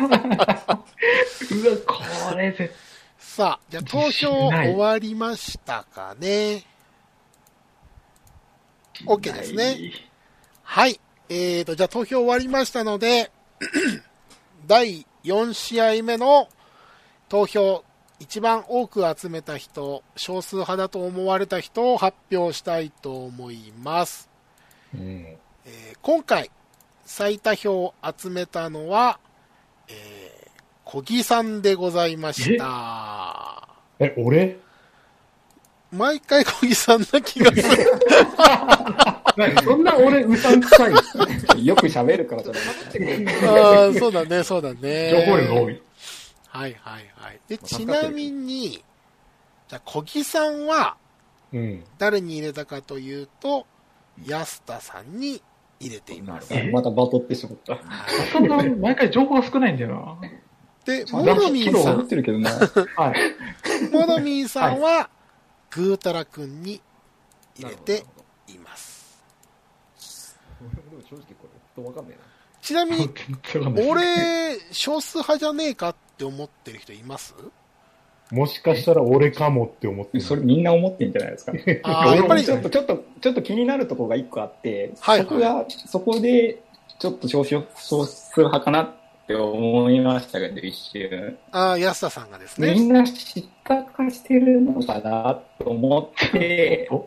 Speaker 3: これ絶
Speaker 1: さあ、じゃあ投票終わりましたかね。OK ですね。はい。えーと、じゃあ投票終わりましたので、だいよん試合目の投票、一番多く集めた人、少数派だと思われた人を発表したいと思います。
Speaker 2: うん。
Speaker 1: えー今回、最多票を集めたのは、えー、小木さんでございました。
Speaker 2: え、俺
Speaker 1: 毎回小木さんな気がする。
Speaker 2: そんな俺、うさんくさい。
Speaker 4: よく喋るからじゃない
Speaker 1: ああ、そうだね、そうだね。
Speaker 3: 情報量が多い。
Speaker 1: はいはいはい。で、ちなみに、じゃあ小木さんは
Speaker 2: うん。
Speaker 1: 誰に入れたかというと、安田さんに入れています。
Speaker 3: え
Speaker 4: またバトってしまった。
Speaker 3: そんな毎回情報が少ないんだよな。
Speaker 1: で、
Speaker 3: あ
Speaker 1: モノミンさ
Speaker 4: 思っ
Speaker 1: ん、
Speaker 4: てるけどな。
Speaker 3: はい。
Speaker 1: モノミンさんは、ぐーたらくんに入れています。
Speaker 5: 俺もでも正直これ、わかんないな。
Speaker 1: ちなみに、
Speaker 3: 全然わかんない
Speaker 1: 俺、少数派じゃねえかって思ってる人います
Speaker 2: もしかしたら俺かもって思ってる。
Speaker 4: それみんな思ってんじゃないですか。
Speaker 1: ああ、やっぱり
Speaker 4: ち、ょっと、ちょっと、ちょっと気になるところが一個あって、
Speaker 1: はいはい
Speaker 4: そこが、そこで、ちょっと少数少数派かなって思いましたけど、一瞬。
Speaker 1: ああ、安田さんがですね。
Speaker 4: みんな知ったかしてるのかなと思って、
Speaker 3: お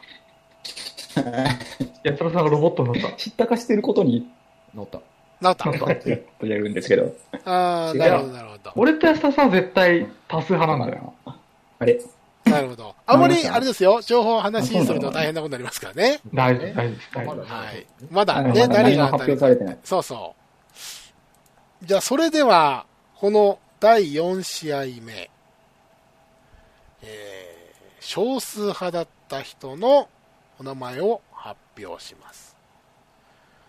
Speaker 3: 安田さんがロボットになった。
Speaker 4: 知ったかしてることに、
Speaker 5: 乗った。
Speaker 1: なった。
Speaker 3: なんか
Speaker 4: やっとやるんですけど。
Speaker 1: ああ、
Speaker 4: 違う
Speaker 1: なるほど、なるほど。
Speaker 3: 俺と安田さんは絶対多数派なんだよ。
Speaker 4: あれ
Speaker 1: なるほど。あまり、
Speaker 4: わかりました
Speaker 1: あれですよ、情報を話にすると大変なことになりますからね。
Speaker 3: 大丈夫、大丈夫です。大丈夫。
Speaker 1: はい。まだ
Speaker 4: あの
Speaker 1: ね、
Speaker 4: まだ何も発
Speaker 1: 誰が当たる
Speaker 4: 表されてない。
Speaker 1: そうそう。じゃあ、それでは、このだいよん試合目、えー、少数派だった人のお名前を発表します。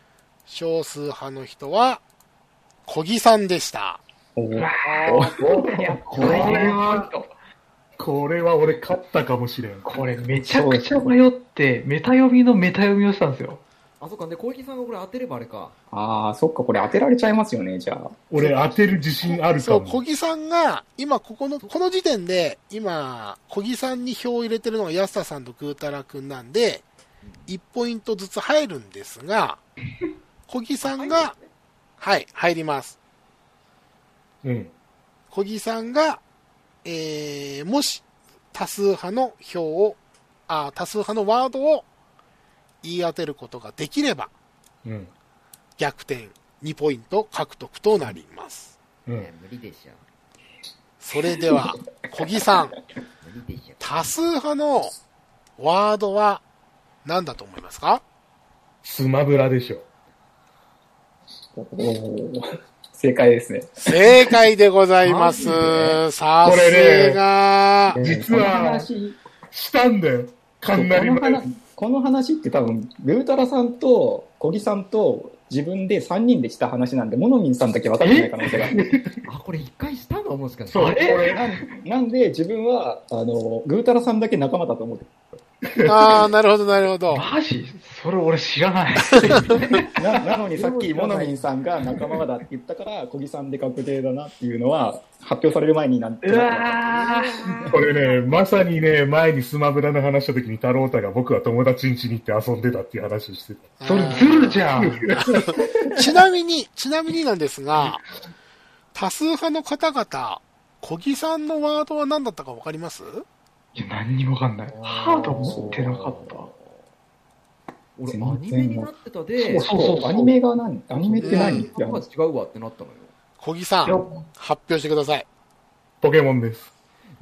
Speaker 1: 少数派の人は、小木さんでした。
Speaker 4: おー
Speaker 3: いや、これは、
Speaker 2: これは俺勝ったかもしれん。
Speaker 3: これめちゃくちゃ迷って、メタ読みのメタ読みをしたんですよ。
Speaker 5: あ、そっか、で、小池さんがこれ当てればあれか。
Speaker 4: ああ、そっか、これ当てられちゃいますよね、じゃあ。
Speaker 2: 俺当てる自信ある
Speaker 1: そう、
Speaker 2: かも。
Speaker 1: 小木さんが、今ここの、この時点で、今、小木さんに票を入れてるのが安田さんとグータラ君なんで、いちポイントずつ入るんですが、小木さんが、はい、入ります。
Speaker 2: うん。
Speaker 1: 小木さんが、えー、もし、多数派の票を、あ、多数派のワードを言い当てることができれば、
Speaker 2: うん。
Speaker 1: 逆転にポイント獲得となります。
Speaker 2: うん。
Speaker 5: ね無理でしょ。
Speaker 1: それでは、小木さん、
Speaker 5: 無理でしょ。
Speaker 1: 多数派のワードは何だと思いますか？
Speaker 2: スマブラでしょ。
Speaker 4: おー正解ですね。
Speaker 1: 正解でございます。さすが。
Speaker 2: 実は
Speaker 4: この話
Speaker 2: したんだよ。かんなり前
Speaker 4: この話この話って多分、ルータラさんと小木さんと自分でさんにんでした話なんで、モノミンさんだけ分かってない可能性がある。
Speaker 5: あ、これ一回したのもしかして。
Speaker 2: そう、これ。
Speaker 4: なんなんで自分は、あの、グータラさんだけ仲間だと思って。
Speaker 1: ああ、なるほど、なるほど。
Speaker 3: マジそれ俺知らない。
Speaker 4: ななのにさっきモノミンさんが仲間だって言ったから、小木さんで確定だなっていうのは、発表される前になんて。
Speaker 3: うわ
Speaker 2: これね、まさにね、前にスマブラの話した時に太郎太が僕は友達ん家に行って遊んでたっていう話をしてた。
Speaker 3: それずるじゃん。
Speaker 1: ちなみに、ちなみになんですが、多数派の方々、小木さんのワードは何だったかわかります？
Speaker 3: いや、何にもわかんない。ハード持ってなかった。
Speaker 5: 俺、アニメになってたで、
Speaker 4: そうそうそう、アニメが何アニメって何って
Speaker 5: なんか違うわってなったのよ。
Speaker 1: 小木さん、発表してください。
Speaker 2: ポケモンです。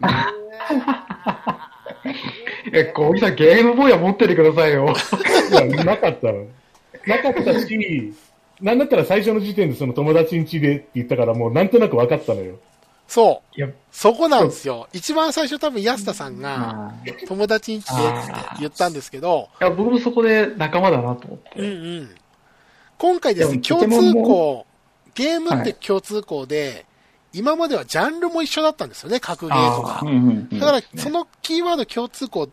Speaker 3: え、小木さんゲームボーイは持っててくださいよ。
Speaker 2: いや、なかったの。なかったし、なんだったら最初の時点でその友達ん家でって言ったからもうなんとなく分かったのよ。
Speaker 1: そ
Speaker 3: いや、
Speaker 1: う。そこなんですよ。一番最初多分安田さんが、友達ん家でって言ったんですけど、
Speaker 3: いや僕もそこで仲間だなと思って。
Speaker 1: うんうん。今回ですね、
Speaker 4: でも
Speaker 1: 共通
Speaker 4: ポケモンも
Speaker 1: 項、ゲームって共通項で、今まではジャンルも一緒だったんですよね、格ゲーとか
Speaker 4: うん。うんうん
Speaker 1: だから、そのキーワード共通項って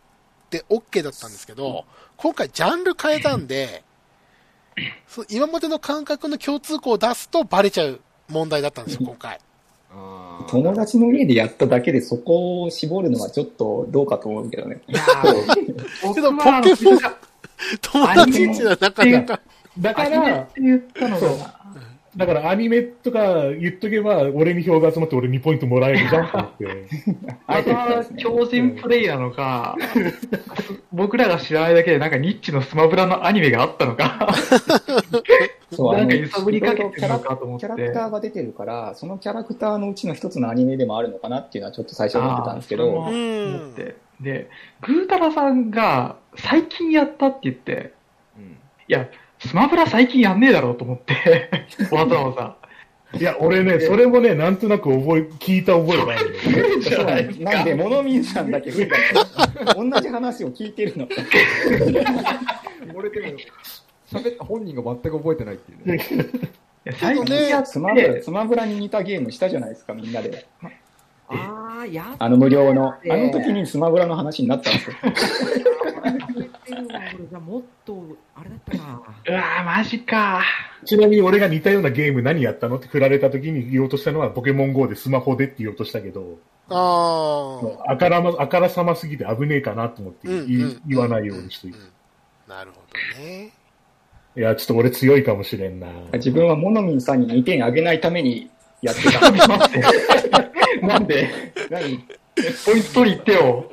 Speaker 1: OK だったんですけど、今回ジャンル変えたんで、そう今までの感覚の共通項を出すとバレちゃう問題だったんですよ、今回。
Speaker 5: あー
Speaker 4: 友達の家でやっただけでそこを絞るのはちょっとどうかと思うけどね。
Speaker 3: いやー
Speaker 1: けど、
Speaker 3: 僕は
Speaker 1: ポケモン、友達んちはなかなか。
Speaker 2: だか
Speaker 3: アニメっ
Speaker 2: ら、
Speaker 3: て言ったの
Speaker 2: そう
Speaker 3: が、
Speaker 2: だからアニメとか言っとけば、俺に票が集まって俺にポイントもらえるじゃんと思って。
Speaker 3: また強人プレイなのか、僕らが知らないだけでなんかニッチのスマブラのアニメがあったのか、
Speaker 4: そう
Speaker 3: なんか
Speaker 4: あの
Speaker 3: 揺さぶりかけてるのかと思って。
Speaker 4: キャラクターが出てるから、そのキャラクターのうちの一つのアニメでもあるのかなっていうのはちょっと最初思ってたんですけど、
Speaker 3: あーそれも思って。で、グータラさんが最近やったって言って、
Speaker 5: うん。
Speaker 3: いや、スマブラ最近やんねえだろうと思って、わざわざ。
Speaker 2: いや、俺ね、それもね、なんとなく覚え、聞いた覚えがあるんだよ。
Speaker 3: じゃないですか。
Speaker 4: なんで、モノミンさんだけ無理だった同じ話を聞いてるの。
Speaker 5: 俺でも、喋った本人が全く覚えてないっていうね。
Speaker 3: いや最近やっ
Speaker 4: スマブラ、
Speaker 3: て、
Speaker 4: スマブラに似たゲームしたじゃないですか、みんなで。
Speaker 5: あー、やっ
Speaker 4: あの無料の。あの時にスマブラの話になったんですよ。
Speaker 5: 言ってるわ。俺じゃあもっと、あれだったな。
Speaker 3: うわー、マジか。
Speaker 2: ちなみに俺が似たようなゲーム何やったのって振られた時に言おうとしたのはポケモン ゴー でスマホでって言おうとしたけど、
Speaker 1: あ
Speaker 2: もうあからま、あからさますぎて危ねえかなと思って言,、
Speaker 1: うんうん
Speaker 2: 言わないようにしといて。
Speaker 1: あ、なるほどね。
Speaker 2: いや、ちょっと俺強いかもしれんな。
Speaker 4: 自分はモノミンさんににてんあげないためにやってた。なんで何
Speaker 3: ポイント取り行ってよ。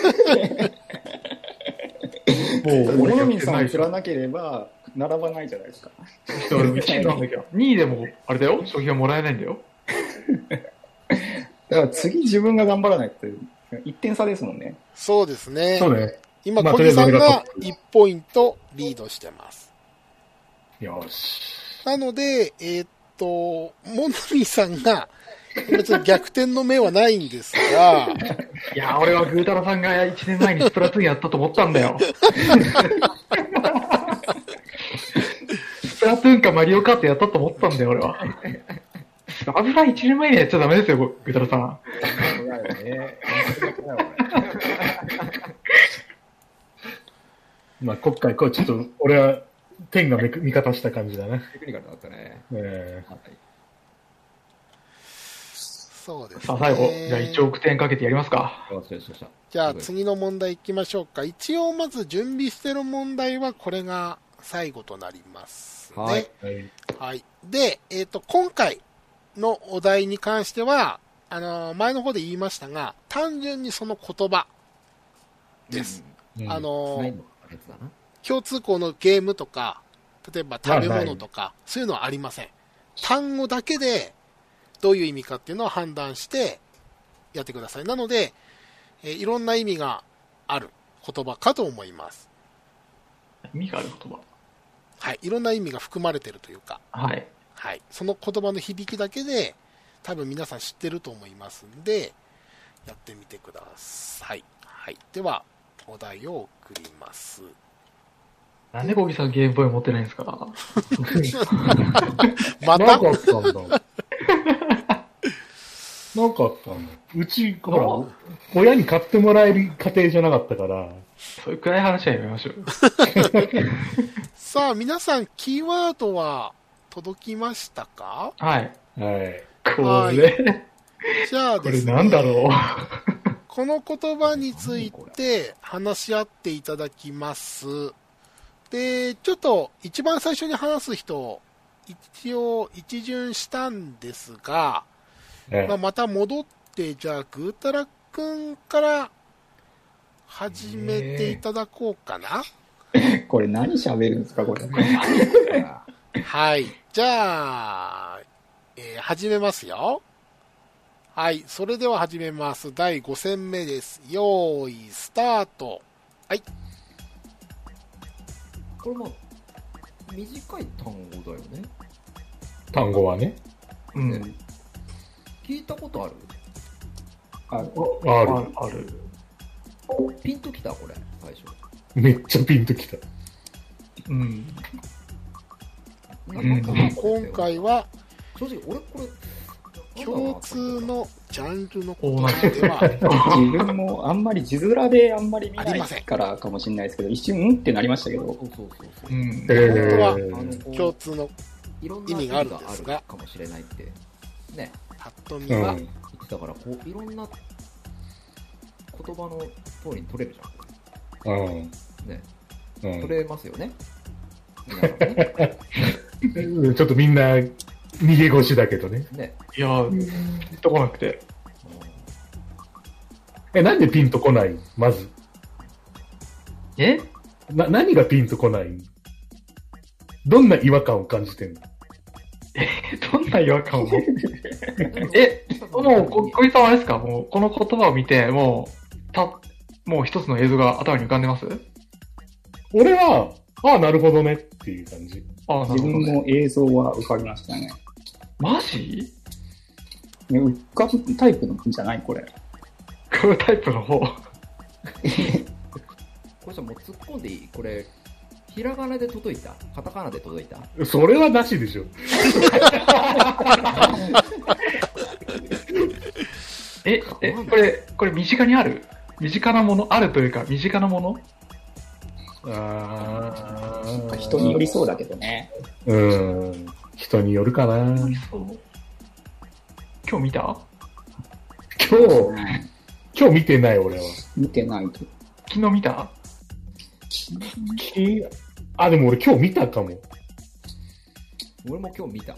Speaker 2: もう、
Speaker 4: モノミンさんを振らなければ並ばないじゃないですか。
Speaker 3: 俺いちいなんだけど。にいでも、あれだよ、賞品はもらえないんだよ。
Speaker 4: だから次自分が頑張らないといってん差ですもんね。
Speaker 1: そうですね。
Speaker 2: そうね。
Speaker 1: 今、
Speaker 2: まあ
Speaker 1: 小木さんが
Speaker 2: とりあえず俺がトップ
Speaker 1: いちポイントリードしてます。
Speaker 2: よし。
Speaker 1: なので、えーっと、モノミンさんが、別に逆転の目はないんですが、
Speaker 3: いやー、俺はグータラさんがいちねんまえにスプラトゥーンやったと思ったんだよ。スププラトゥーンかマリオカートやったと思ったんだよ、俺は。スマブラいちねんまえにやっちゃダメですよ、グータラさん。
Speaker 5: そうだよね。
Speaker 2: まあ、今回、こう、ちょっと、俺は、天が味方した感じだな。
Speaker 5: テクニカルだったね。
Speaker 2: え
Speaker 5: はい。
Speaker 1: そうですね。
Speaker 3: さあ、最後、じゃあいちおくてんかけてやりますか。
Speaker 5: お疲れ様でした。
Speaker 1: じゃあ次の問題いきましょうか。一応まず準備してる問題はこれが最後となりますね。
Speaker 5: はい。
Speaker 2: ーはい。
Speaker 1: はい。で、えっ、と、今回のお題に関しては、あのー前の方で言いましたが、単純にその言葉です。
Speaker 2: うん
Speaker 1: あのー
Speaker 5: ないのやつだな。
Speaker 1: 共通項のゲームとか、例えば食べ物とか、そういうのはありません。単語だけでどういう意味かっていうのを判断してやってください。なので、えーいろんな意味がある言葉かと思います。
Speaker 3: 意味がある言葉。
Speaker 1: はい。いろんな意味が含まれてるというか、
Speaker 3: はい。
Speaker 1: はい。その言葉の響きだけで多分皆さん知ってると思いますんで、やってみてください。はい。では、お題を送ります。
Speaker 3: なんでゴギさんゲームボーイ持ってないんですか？
Speaker 1: また
Speaker 2: なんかあったんだ。なんかあったんだ。うち、ほら、親に買ってもらえる家庭じゃなかったから。
Speaker 3: そういう暗い話はやめましょう。
Speaker 1: さあ、皆さん、キーワードは届きましたか？
Speaker 3: はい。
Speaker 2: はい。
Speaker 3: これ、
Speaker 1: じゃあ
Speaker 3: これ
Speaker 1: ですね、
Speaker 3: なんだろう。
Speaker 1: この言葉について話し合っていただきます。で、ちょっと一番最初に話す人、一応一巡したんですが、
Speaker 2: え
Speaker 1: まあ、また戻って、じゃあ、ぐーたらくんから始めていただこうかな。
Speaker 4: これ何喋るんですか、これ。
Speaker 1: はい。じゃあ、えー始めますよ。はい。それでは始めます。だいご戦目です。よーい、スタート。はい。
Speaker 5: これまあ、短い単語だよね。
Speaker 2: 単語はね。
Speaker 3: うん。
Speaker 5: 聞いたことある？
Speaker 4: あ
Speaker 2: あ
Speaker 3: あ
Speaker 2: る。
Speaker 3: る。ある。
Speaker 5: ピンときたこれ、最初。
Speaker 2: めっちゃピンときた。
Speaker 3: うん。
Speaker 5: なんか
Speaker 3: うん
Speaker 1: 今回は
Speaker 5: 正直、俺これ、
Speaker 1: 共通のジャンルの
Speaker 3: お
Speaker 1: 言葉では
Speaker 4: 自分もあんまり字面であんまり見ない
Speaker 1: ありません
Speaker 4: からかもしれないですけど、一瞬、うんってなりましたけど、
Speaker 5: そうそうそうそう。
Speaker 3: うん。
Speaker 2: え
Speaker 1: 本当は
Speaker 2: ー
Speaker 5: あのこう
Speaker 1: 共通の
Speaker 5: いろんな
Speaker 1: 意味があるんですが
Speaker 5: 意味あるかもしれないって、ね、
Speaker 1: パッと見
Speaker 2: う
Speaker 1: は、
Speaker 2: ん。
Speaker 5: 言ってたから、こう、いろんな言葉の通りに取れるじゃん。
Speaker 2: うん。
Speaker 5: ね、
Speaker 2: うん
Speaker 5: 取れますよね。皆さんね。
Speaker 2: うんちょっとみんな逃げ腰だけどね。
Speaker 5: ね。
Speaker 3: いやー、ピンとこなくて。
Speaker 2: え、なんでピンとこないまず。
Speaker 3: え
Speaker 2: な、何がピンとこないどんな違和感を感じてんの
Speaker 3: どんな違和感をえ、もう、こ、小井さんはあれですか？もう、この言葉を見て、もう、た、もう一つの映像が頭に浮かんでます？
Speaker 2: 俺は、ああ、なるほどねっていう感じ。
Speaker 3: ああ、なる
Speaker 4: 自分
Speaker 3: ほどね。
Speaker 4: も映像は浮かびましたね。
Speaker 3: マジ？
Speaker 4: ね浮かぶタイプのじゃないこれ。
Speaker 3: このタイプの方。
Speaker 5: これさ、もう突っ込んでいい？これ、ひらがなで届いた？カタカナで届いた？
Speaker 2: それはなしでしょ。
Speaker 3: え、え、これ、これ身近にある？身近なものあるというか、身近なもの？
Speaker 2: ああ。
Speaker 4: 人によりそうだけどね。
Speaker 2: うん。人によるかな。
Speaker 3: そう。今日見た？
Speaker 2: 今日、
Speaker 4: うん
Speaker 2: 今日見てない俺は。
Speaker 4: 見てないと。
Speaker 3: 昨日見た？
Speaker 2: きあ、でも俺今日見たかも。
Speaker 5: 俺も今日見た。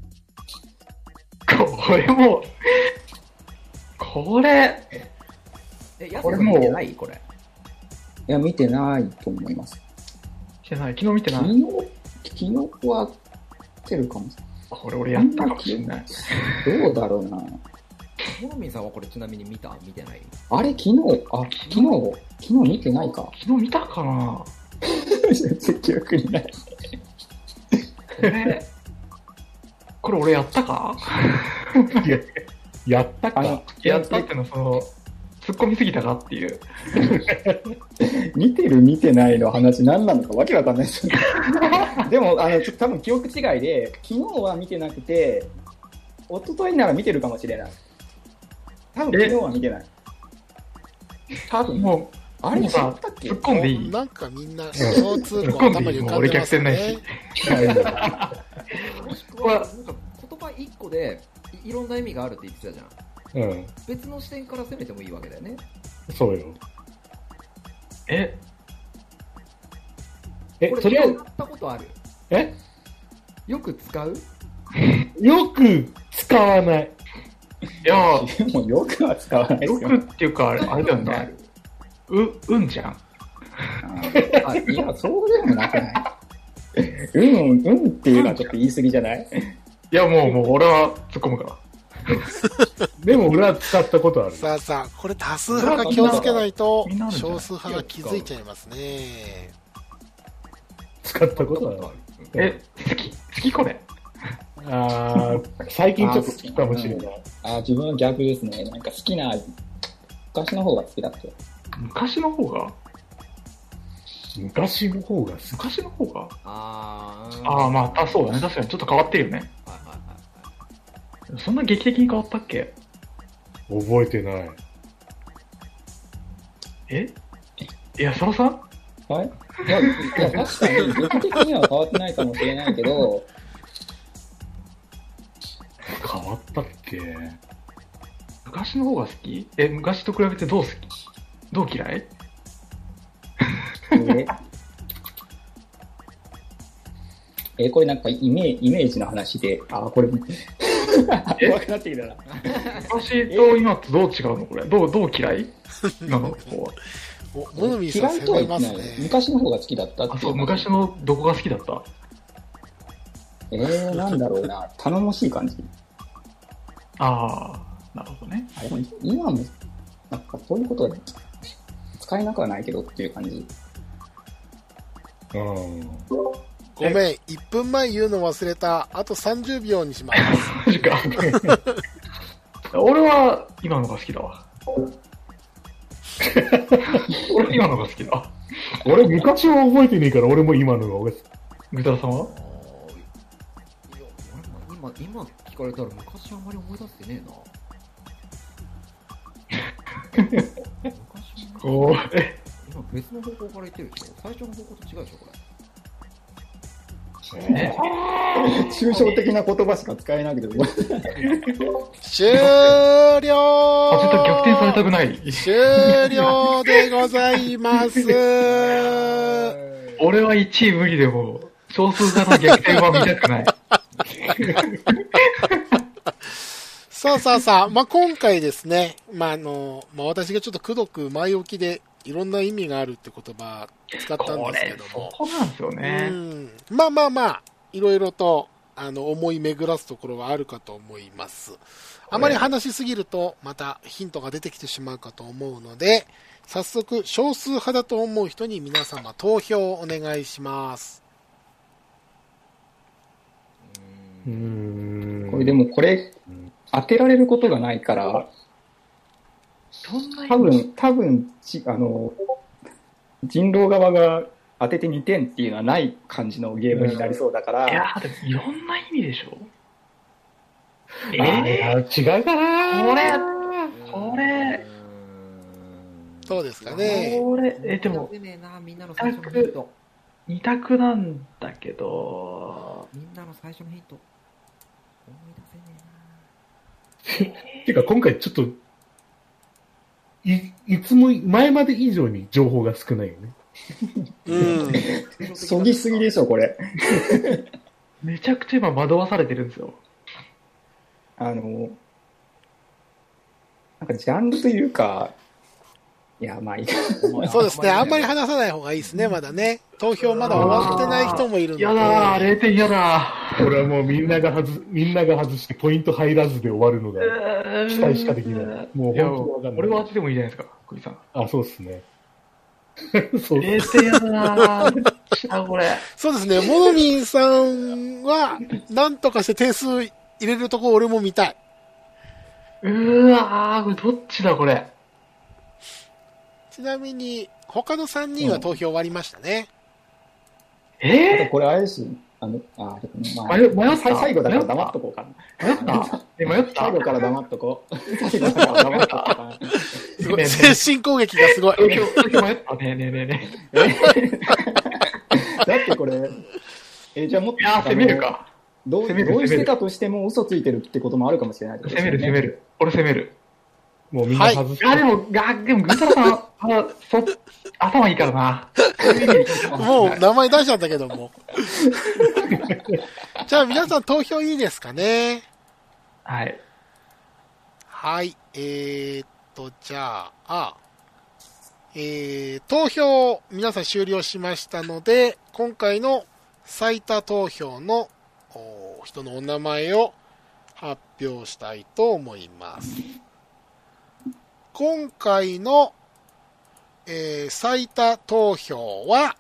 Speaker 3: これも、これ、
Speaker 5: え、やす
Speaker 3: これもう
Speaker 5: 見てないこれ。
Speaker 4: いや、見てないと思います。
Speaker 3: 見てない。昨日見てない。
Speaker 4: 昨日、昨日は合ってるかもし
Speaker 3: これ俺やったかもしれない。
Speaker 4: れない。どうだろうな。
Speaker 5: モノミンさんはこれちなみに見た？見てない？
Speaker 4: あれ、昨日、あ、昨日、昨日見てないか。
Speaker 3: 昨日見たかな？
Speaker 4: 全然記憶にない。
Speaker 3: これ、これ俺やったか？
Speaker 2: いや、やったか。
Speaker 4: あの、
Speaker 3: やったっていうのはその、 突っ込みすぎたかっていう。
Speaker 4: 見てる見てないの話何なのかわけわかんないですよね。でも、あの、ちょっと多分記憶違いで、昨日は見てなくて、一昨日なら見てるかもしれない。多分昨日は見てない。多分
Speaker 3: もう、
Speaker 4: あれ違ったっけ？
Speaker 3: 突っ込んでいい？
Speaker 1: なんかみんな共通項頭に浮かんでますよね。
Speaker 5: もしくは、なんか言葉一個でいろんな意味があるって言ってたじゃん。
Speaker 2: うん。
Speaker 5: 別の視点から攻めてもいいわけだよね。
Speaker 2: そうよ。
Speaker 3: え
Speaker 2: え、
Speaker 5: これ
Speaker 2: とりあえず、
Speaker 5: 使ったことある？
Speaker 2: え
Speaker 5: よく使う？
Speaker 2: よく使わない。
Speaker 3: いやー、
Speaker 4: でもよくは使わないですよ。
Speaker 3: よくっていうか、あれあれだよね。う、うんじゃん。
Speaker 4: あ、いや、そうでもなくない。うん、うんっていうのはちょっと言い過ぎじゃない？
Speaker 3: いや、もう、もう、俺は突っ込むから。
Speaker 2: でも俺は使ったことある。
Speaker 1: さあさあ、これ多数派が気をつけないと
Speaker 3: みんなあるんじゃない
Speaker 1: 少数派が気づいちゃいますね。
Speaker 2: 使ったことある。
Speaker 3: え、好き好きこれ。
Speaker 2: あー、最近ちょっと好きかもしれない。
Speaker 4: あ、自分は逆ですね。なんか好きな、昔の方が好きだった。
Speaker 3: 昔の方が
Speaker 2: 昔の方が好き。
Speaker 3: 昔の方が
Speaker 5: あー。
Speaker 3: ああ、まあ、そうだね。確かにちょっと変わってるよね。
Speaker 5: はいはいはいはい。
Speaker 3: そんな劇的に変わったっけ？
Speaker 2: 覚えてない。
Speaker 3: えいや、そのさん
Speaker 4: はい？いや、いや確かに劇的には変わってないかもしれないけど、
Speaker 2: 変わったっけ？
Speaker 3: 昔の方が好き？え、昔と比べてどう好き？どう嫌い？
Speaker 4: ええ、これなんかイメイメージの話で、あ、これ、
Speaker 3: え
Speaker 4: 怖くなってきたな。
Speaker 3: 昔と今とどう違うのこれ。どう、どう嫌いなのこう。
Speaker 1: お、モノミーさん
Speaker 4: 嫌いとは言ってない。
Speaker 1: 攻めますね。
Speaker 4: 昔の方が好きだったって
Speaker 3: あ、
Speaker 4: い
Speaker 3: そう、昔のどこが好きだった？
Speaker 4: えー、なんだろうな、頼もしい感じ。
Speaker 3: ああ、なるほどね。
Speaker 4: あれも今も、なんかそういうことで使えなくはないけどっていう感じ。
Speaker 2: うん。
Speaker 1: ごめん、いっぷんまえ言うの忘れた。あとさんじゅうびょうにします。
Speaker 3: マジか。俺は今のが好きだわ。俺今のが好きだわ。
Speaker 2: 俺昔は覚えてねえから俺も今のが俺好き。
Speaker 3: ぐたらさんは？
Speaker 5: あーいや、俺も今、今聞かれたら昔あんまり思い出してねえな。昔
Speaker 3: これ、
Speaker 5: 今別の方向から言ってるでしょ？最初の方向と違うでしょ、これ。
Speaker 3: え
Speaker 4: 抽象的な言葉しか使えなくても。
Speaker 1: 終了
Speaker 3: あ、絶対逆転されたくない。
Speaker 1: 終了でございます。
Speaker 3: 俺はいちい無理でも、少数派の逆転は見たくない。
Speaker 1: さあさあさあ、まあ、今回ですね、まあ、あの、まあ、私がちょっとくどく前置きでいろんな意味があるって言葉使ったん
Speaker 3: これ
Speaker 1: ですけど、も。
Speaker 3: そこなんですよね。
Speaker 1: うん。まあまあまあ、いろいろと、あの、思い巡らすところはあるかと思います。あまり話しすぎると、またヒントが出てきてしまうかと思うので、早速、少数派だと思う人に皆様投票をお願いします。
Speaker 2: うーん。
Speaker 4: これでもこれ、当てられることがないから、
Speaker 3: そんな
Speaker 4: 多分、多分ち、あの、人狼側が当ててにてんっていうのはない感じのゲームになりそうだから、
Speaker 3: いやー、でもいろんな意味でしょ。え
Speaker 2: あ
Speaker 3: ー、
Speaker 2: ー違うかな
Speaker 3: これ、これ、
Speaker 1: どうですかね。
Speaker 3: これ、え、でも、
Speaker 5: 出ねえな、みんなの最初のヒント。
Speaker 3: 二択なんだけど、
Speaker 5: みんなの最初のヒント。思い出せね
Speaker 2: てか今回ちょっと、い、いつも、前まで以上に情報が少ないよね。
Speaker 1: うん。
Speaker 5: えな。
Speaker 4: そぎすぎでしょ、これ。
Speaker 3: めちゃくちゃ今惑わされてるんですよ。
Speaker 4: あの、なんかジャンルというか、いや、まあいいか。
Speaker 1: そうですね。あんまり話さない方がいいですね、まだね。投票まだ終わってない人もいるので。
Speaker 3: やだー、れいてんやだ
Speaker 2: 俺はもうみんなが外す、みんなが外してポイント入らずで終わるのが
Speaker 3: ー。
Speaker 2: 期待しかできない。もう
Speaker 3: いや、
Speaker 2: 本当にわかんない。
Speaker 3: 俺はあっちでもいいじゃないですか、小木さん。
Speaker 2: あ、そうっすね。そうっ
Speaker 3: れいてんやだなー。あ、これ。
Speaker 1: そうですね。モノミンさんは、なんとかして点数入れるとこ俺も見たい。
Speaker 3: うーわー、これどっちだ、これ。
Speaker 1: ちなみに、他のさんにんは投票終わりましたね。
Speaker 3: え
Speaker 4: あとこれあれですよ。あの、あ、まあ、
Speaker 3: 迷迷った
Speaker 4: 最最後だから黙っとこうかな。
Speaker 3: 迷ったえ、迷った
Speaker 4: 最後から黙っとこう。最後だから黙っとこうかな。
Speaker 1: すごい精神攻撃がすごい。
Speaker 3: 東京、東京迷ったねえねえねえね
Speaker 4: だってこれ、え、じゃあもっと、
Speaker 3: いやー、攻めるか。
Speaker 4: どう、
Speaker 3: 攻める
Speaker 4: 同意してたとしても嘘ついてるってこともあるかもしれないってこと
Speaker 3: 攻
Speaker 4: ですよね。
Speaker 3: める攻める。俺攻める。
Speaker 2: もうみんな外し
Speaker 3: いや、でも、あ、でも、ぐーたらさん、あ、そ、頭いいからな。
Speaker 1: もう名前出しちゃったけども。じゃあ皆さん投票いいですかね。
Speaker 3: はい。
Speaker 1: はい。えー、っと、じゃあ、えー、投票皆さん終了しましたので、今回の最多投票のお人のお名前を発表したいと思います。今回の、えー、最多投票は、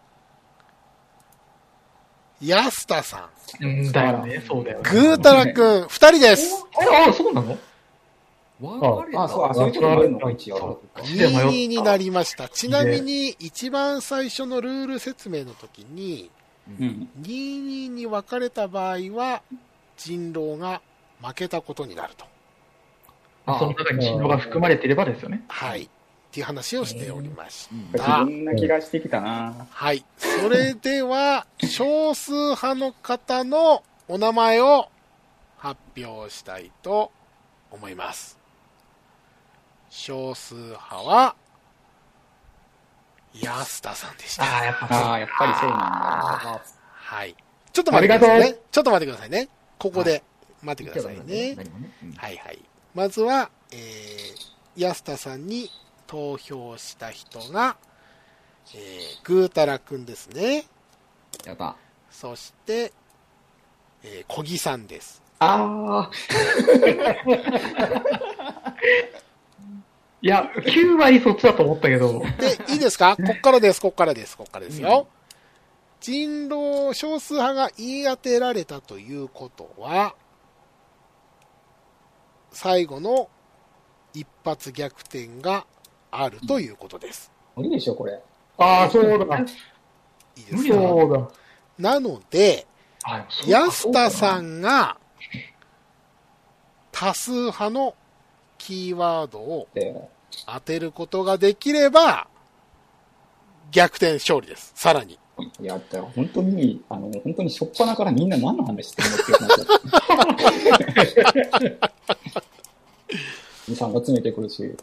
Speaker 1: 安田さん。
Speaker 3: うんだよね、そうだよね。
Speaker 1: ぐーたらくん、二人です。
Speaker 3: あ、あ、そうなの
Speaker 5: 分かれた。
Speaker 4: あ、そう、あ、そういうこともあるのか、一応。
Speaker 1: にたいにになりました。ちなみに、一番最初のルール説明の時に、
Speaker 4: うん。
Speaker 1: にたいにに分かれた場合は、人狼が負けたことになると。
Speaker 3: あその中に人狼が含まれていればですよね。
Speaker 1: はい。っていう話をしておりまし
Speaker 5: うん
Speaker 1: た。
Speaker 4: そんな気がしてきたな。
Speaker 1: はい。それでは、少数派の方のお名前を発表したいと思います。少数派は、安田さんでした。
Speaker 3: ああ、やっぱそう。
Speaker 4: ああ、やっぱりそうなんだ。
Speaker 1: はい。ちょっと待ってください
Speaker 2: ありが
Speaker 1: ね。ちょっと待ってくださいね。ここで待ってくださいね。
Speaker 5: 何もね。うん
Speaker 1: はいはい。まずは、えー、安田さんに投票した人が、えー、ぐーたらくんですね。
Speaker 5: やった。
Speaker 1: そして、えー、小木さんです。
Speaker 4: ああ、
Speaker 3: いや、きゅう割そっちだと思ったけど、
Speaker 1: で、いいですか？こっからです、こっからです、こっからですよ。人狼少数派が言い当てられたということは、最後の一発逆転があるということです。
Speaker 4: 無理でしょ、これ。
Speaker 2: ああ、そうだ。
Speaker 1: いいですか？
Speaker 3: 無理だな
Speaker 2: そうだ。
Speaker 1: なので、
Speaker 3: あでもそうか
Speaker 1: 安田さ
Speaker 3: そうか
Speaker 1: んが多数派のキーワードを
Speaker 4: で、
Speaker 1: 当てることができれば、逆転勝利です。さらに。
Speaker 4: いや、だから本当に、あの、本当にしょっぱなからみんな何の話してるのっていう話だ。にさんが詰めてくるし。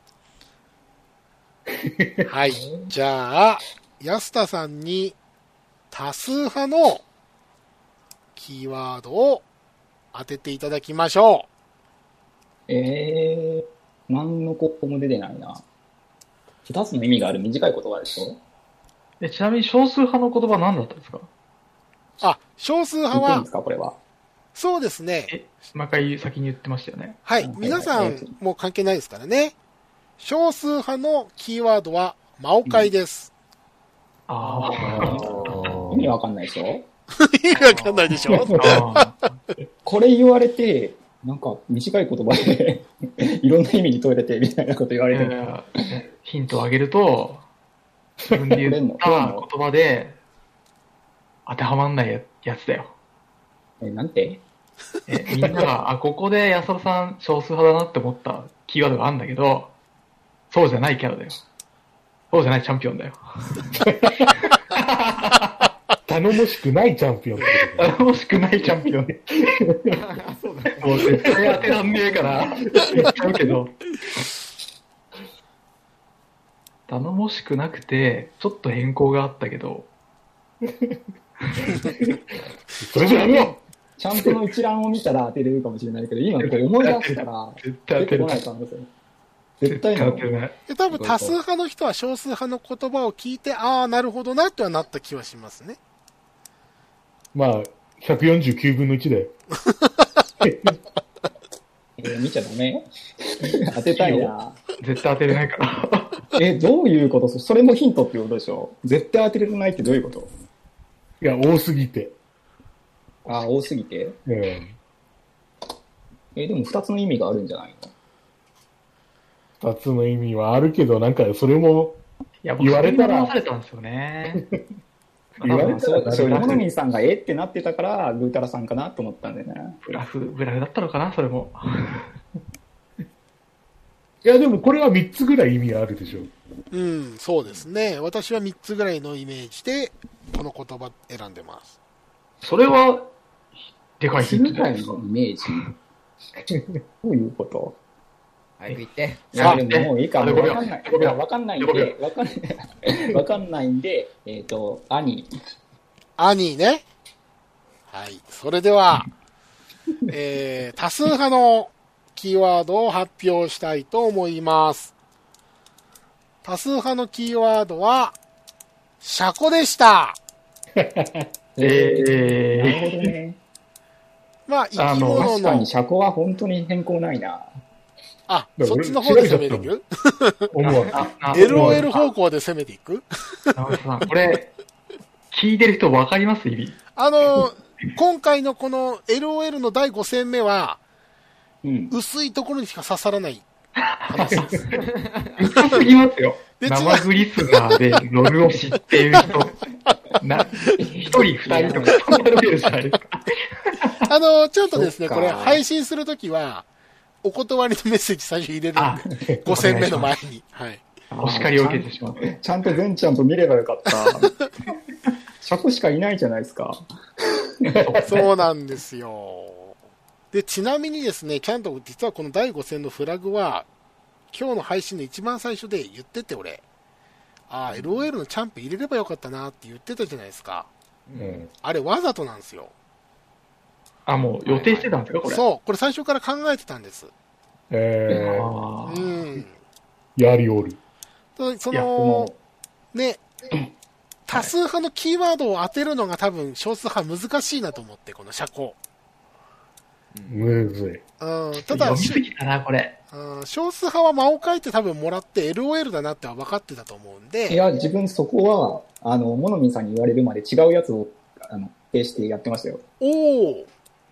Speaker 1: はい。じゃあ、安田さんに多数派のキーワードを当てていただきましょ
Speaker 4: えー、何の候補も出てないな。二つの意味がある短い言葉でしょ？
Speaker 3: えちなみに少数派の言葉何だったんですか？
Speaker 1: う。あ、少数派は
Speaker 4: 言っていいんで、すか、これは。
Speaker 1: そうですね。
Speaker 3: え、毎回先に言ってましたよね。
Speaker 1: はい。
Speaker 4: はい
Speaker 1: 皆さん
Speaker 4: はい
Speaker 1: もう関係ないですからね。少数派のキーワードは、魔オカイです。
Speaker 3: あ
Speaker 4: 意味わかんないでしょ？
Speaker 1: 意味わかんないでしょ？
Speaker 3: あ。あ
Speaker 4: これ言われて、なんか短い言葉でいろんな意味に問えれてみたいなこと言われてる。
Speaker 3: あ。ヒントをあげると、自分で言った言葉で当てはまんないやつだよ。
Speaker 4: え、なんて？
Speaker 3: えみんなが、あ、ここで安田さん少数派だなって思ったキーワードがあるんだけど、そうじゃないキャラだよ。そうじゃないチャンピオンだよ。
Speaker 2: 頼もしくないチャンピオンってことね。
Speaker 3: 頼もしくないチャンピオン。
Speaker 5: そうだね。
Speaker 3: もう絶対当てらんねえから言っちゃうけど。頼もしくなくて、ちょっと変更があったけど、
Speaker 2: それじゃやめよ
Speaker 4: ちゃんとの一覧を見たら当てれるかもしれないけど、今こう思い出したら
Speaker 3: 絶対当てる
Speaker 4: 出てこな。い可能性。絶対なの
Speaker 3: 当て。るね。
Speaker 1: で多分多数派の人は少数派の言葉を聞いて、ああ、なるほどなってはなった気はしますね。
Speaker 2: う。まあ、ひゃくよんじゅうきゅうぶんのいちだよ。
Speaker 4: えー見ちゃダメ当てたいな。
Speaker 3: 絶対当てれないから。
Speaker 4: え、どういうこと？それもヒントってことでしょ？絶対当てれないってどういうこと？
Speaker 2: いや、多すぎて。
Speaker 4: あー、多すぎて。
Speaker 2: うん。
Speaker 4: え、でも二つの意味があるんじゃないの？
Speaker 2: 二つの意味はあるけど、なんかそれも
Speaker 3: いや、
Speaker 2: 言われたら
Speaker 3: 僕それに惑わされたんですよね。
Speaker 2: 言われたら
Speaker 4: そう、そう、モノミンさんがえってなってたから、グータラさんかなと思ったんでね。
Speaker 3: ブラフ、ブラフだったのかな、それも。
Speaker 2: いや、でもこれはみっつぐらい意味あるでしょ。
Speaker 1: うん、そうですね。私はみっつぐらいのイメージで、この言葉選んでます。
Speaker 3: それは、でかいヒント
Speaker 4: ぐらいのイメージ。どういうこと
Speaker 5: 早く言って。
Speaker 4: いや、でももういいか、
Speaker 3: あ
Speaker 4: もう
Speaker 3: ごめん
Speaker 4: わかんない。
Speaker 3: ごめん
Speaker 4: いや、わかんないんで、わかんない、わかんないんで、えっと、兄。
Speaker 1: 兄ね。はい。それでは、えー、多数派のキーワードを発表したいと思います。多数派のキーワードは、車庫でした。
Speaker 3: え
Speaker 4: なるほどね。
Speaker 1: まあ、生
Speaker 3: あの
Speaker 1: き物の
Speaker 4: 確かに、車庫は本当に変更ないな。
Speaker 1: あ、そっちの方で攻めていく
Speaker 2: 思わ
Speaker 3: ー、あ
Speaker 1: ?エルオーエル 方向で攻めていく
Speaker 3: 長瀬さん、これ、聞いてる人分かります意味。
Speaker 1: あの、今回のこの エルオーエル のだいご戦目は、
Speaker 4: うん。
Speaker 1: 薄いところにしか刺さらない話です。
Speaker 3: 薄すぎますよ。
Speaker 1: で
Speaker 3: 生グリスナーでロルを知っている人、な、一人二人とかそんなレベルじゃないですか。
Speaker 1: あの、ちょっとですね、
Speaker 5: そっか
Speaker 1: これ配信するときは、お断りのメッセージ最初入れる
Speaker 3: あ
Speaker 1: んで、ご戦目の前に。はい。
Speaker 3: お叱りを受けてしまって。
Speaker 4: ちゃんと全ちゃんと見ればよかった。車庫しかいないじゃないですか。
Speaker 1: そうなんですよ。で、ちなみにですね、ちゃんと実はこのだいご戦のフラグは、今日の配信の一番最初で言ってて俺、ああ、エルオーエル のチャンプ入れればよかったなって言ってたじゃないですか。
Speaker 2: うん。
Speaker 1: あれわざとなんですよ。
Speaker 3: あ、もう予定してたんですか、これ。
Speaker 1: そう、これ最初から考えてたんです。
Speaker 2: えー、
Speaker 3: あー
Speaker 1: うん。
Speaker 2: やりおる。
Speaker 1: そそ
Speaker 3: いや
Speaker 1: の、ね、多数派のキーワードを当てるのが多分少数派難しいなと思って、この車庫。
Speaker 2: むずい。
Speaker 1: うん、ただ、
Speaker 3: 読みすぎたな、これ。
Speaker 1: うん、少数派は間を書いて多分もらって エルオーエル だなっては分かってたと思うん
Speaker 4: い
Speaker 1: で、
Speaker 4: や、自分そこは、あの、モノミンさんに言われるまで違うやつを、あの、提してやってましたよ。
Speaker 1: おお、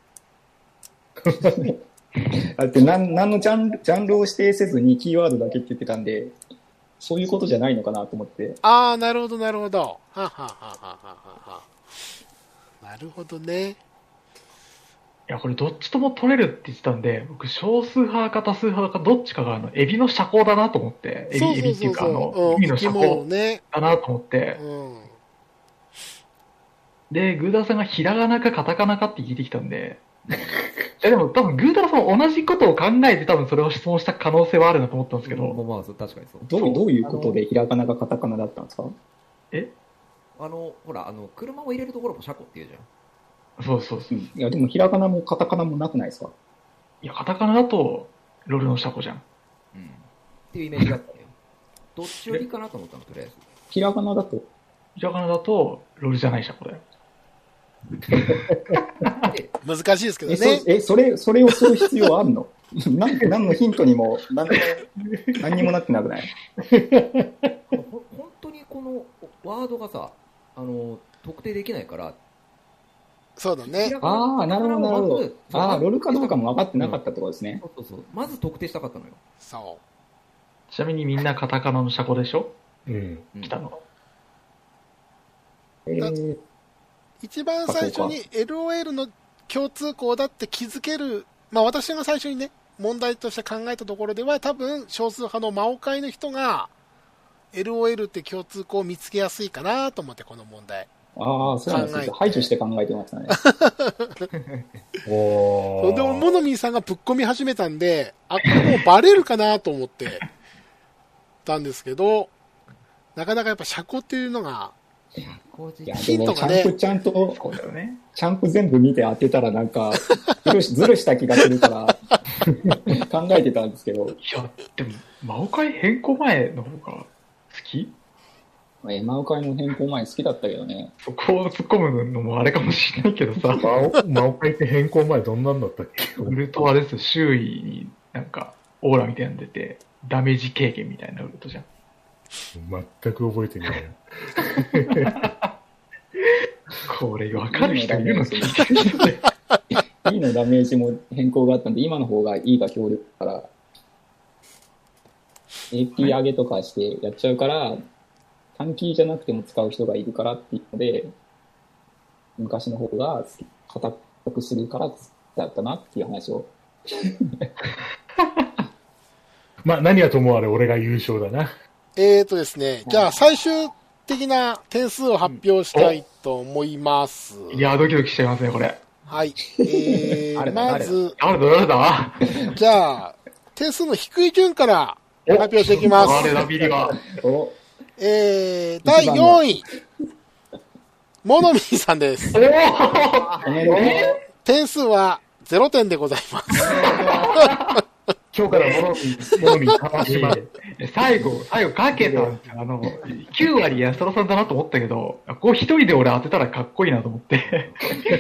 Speaker 4: だって、なん、なんのジャンル、ジャンルを指定せずにキーワードだけって言ってたんで、そういうことじゃないのかなと思って。
Speaker 1: ああ、なるほど、なるほど。ははははははなるほどね。
Speaker 3: いや、これどっちとも取れるって言ってたんで、僕、少数派か多数派かどっちかが、あの、エビの車高だなと思って、エビ、エビっていうか、あの、
Speaker 1: うん、
Speaker 3: 海の車
Speaker 1: 生き物
Speaker 3: 高
Speaker 1: ね。
Speaker 3: だなと思って
Speaker 1: う、ん。
Speaker 3: で、グーダラさんがひらがなかカタカナかって聞いてきたんで、いやでも多分グーダラさんも同じことを考えて多分それを質問した可能性はあるなと思ったんですけど、
Speaker 5: まあまあ、そう確かにそう。
Speaker 4: どう、どういうことでひらがながカタカナだったんですか？
Speaker 3: え
Speaker 5: あの、ほら、あの、車を入れるところも車庫っていうじゃん。
Speaker 3: そうそうそうう。
Speaker 4: ん。いや、でもひらがなもカタカナもなくないですか？
Speaker 3: いや、カタカナだと、ロールの車庫じゃん。
Speaker 5: うん。っていうイメージだったのよ。どっちよりかなと思ったの、とりあえず。
Speaker 4: ひらがなだと、
Speaker 3: ひらがなだと、ロールじゃない車庫だよ。
Speaker 1: 難しいですけど
Speaker 4: え、そ
Speaker 1: ね。
Speaker 4: え、それ、それをする必要あんの？なん何のヒントにも、何も、何にもなってなくない？
Speaker 5: ほ本当にこのワードがさ、あの、特定できないから、
Speaker 1: そうだね。
Speaker 4: ああ、なるほど、なるほど。ああ、ロールかどうかも分かってなか
Speaker 5: っ
Speaker 4: ったってことですね。
Speaker 5: そうそうそう。まず特定したかったのよ。
Speaker 1: そ
Speaker 3: ちなみにみんなカタカナの車庫でしょ
Speaker 2: うん。
Speaker 5: うん
Speaker 3: 来たの。
Speaker 4: えー、
Speaker 1: う。一番最初に エルオーエル の共通項だって気づける、まあ私が最初にね、問題として考えたところでは、多分少数派の魔王会の人が エルオーエル って共通項を見つけやすいかなと思って、この問題。
Speaker 4: ああ、そうなんです
Speaker 1: 考えて
Speaker 4: よ。排除して考えてましたね。
Speaker 2: おー。
Speaker 1: でも、モノミンさんがぶっ込み始めたんで、あ、これもうバレるかなと思ってたんですけど、なかなかやっぱ車庫っていうのが、
Speaker 4: いや、
Speaker 1: ヒントがね
Speaker 4: でもちゃんと、ちゃんと、
Speaker 3: そうだよね。
Speaker 4: ちゃんと全部見て当てたらなんか、ずるしずるした気がするから、考えてたんですけど、
Speaker 3: いや、でも、魔王会変更前の方が好き
Speaker 4: え、マウカイの変更前好きだったけどね。
Speaker 3: そこを突っ込むのもあれかもしれないけどさ、
Speaker 2: 魔王、魔王会って変更前どんなんだったっけ？
Speaker 3: ウルトあれですよ、周囲になんかオーラみたいなの出て、ダメージ軽減みたいなウルトじゃん。
Speaker 2: 全く覚えてない。
Speaker 3: これ分かる人いるの聞いてる人で。
Speaker 4: E のダメージも変更があったんで、今の方が E が強力だから、 エーピー 上げとかしてやっちゃうから、短期じゃなくても使う人がいるからっていうので、昔の方が固くするからだったなっていう話を。
Speaker 2: まあ、何はともあれ俺が優勝だな。
Speaker 1: えーとですね、じゃあ最終的な点数を発表したいと思います。
Speaker 3: いやー、ドキドキしちゃいますね、これ。
Speaker 1: はい。えー、まず、
Speaker 3: 誰だ、誰だ
Speaker 1: じゃあ、点数の低い順から発表していきます。
Speaker 3: 誰だ、ビリが。
Speaker 1: えー、だいよんい、モノミーさんです。点数はゼロてんでございます。
Speaker 2: 今日からモノミー、モノミー川島。
Speaker 3: 最後、最後かけたんですよ。あの、きゅうわり安田さんだなと思ったけど、こう一人で俺当てたらかっこいいなと思って。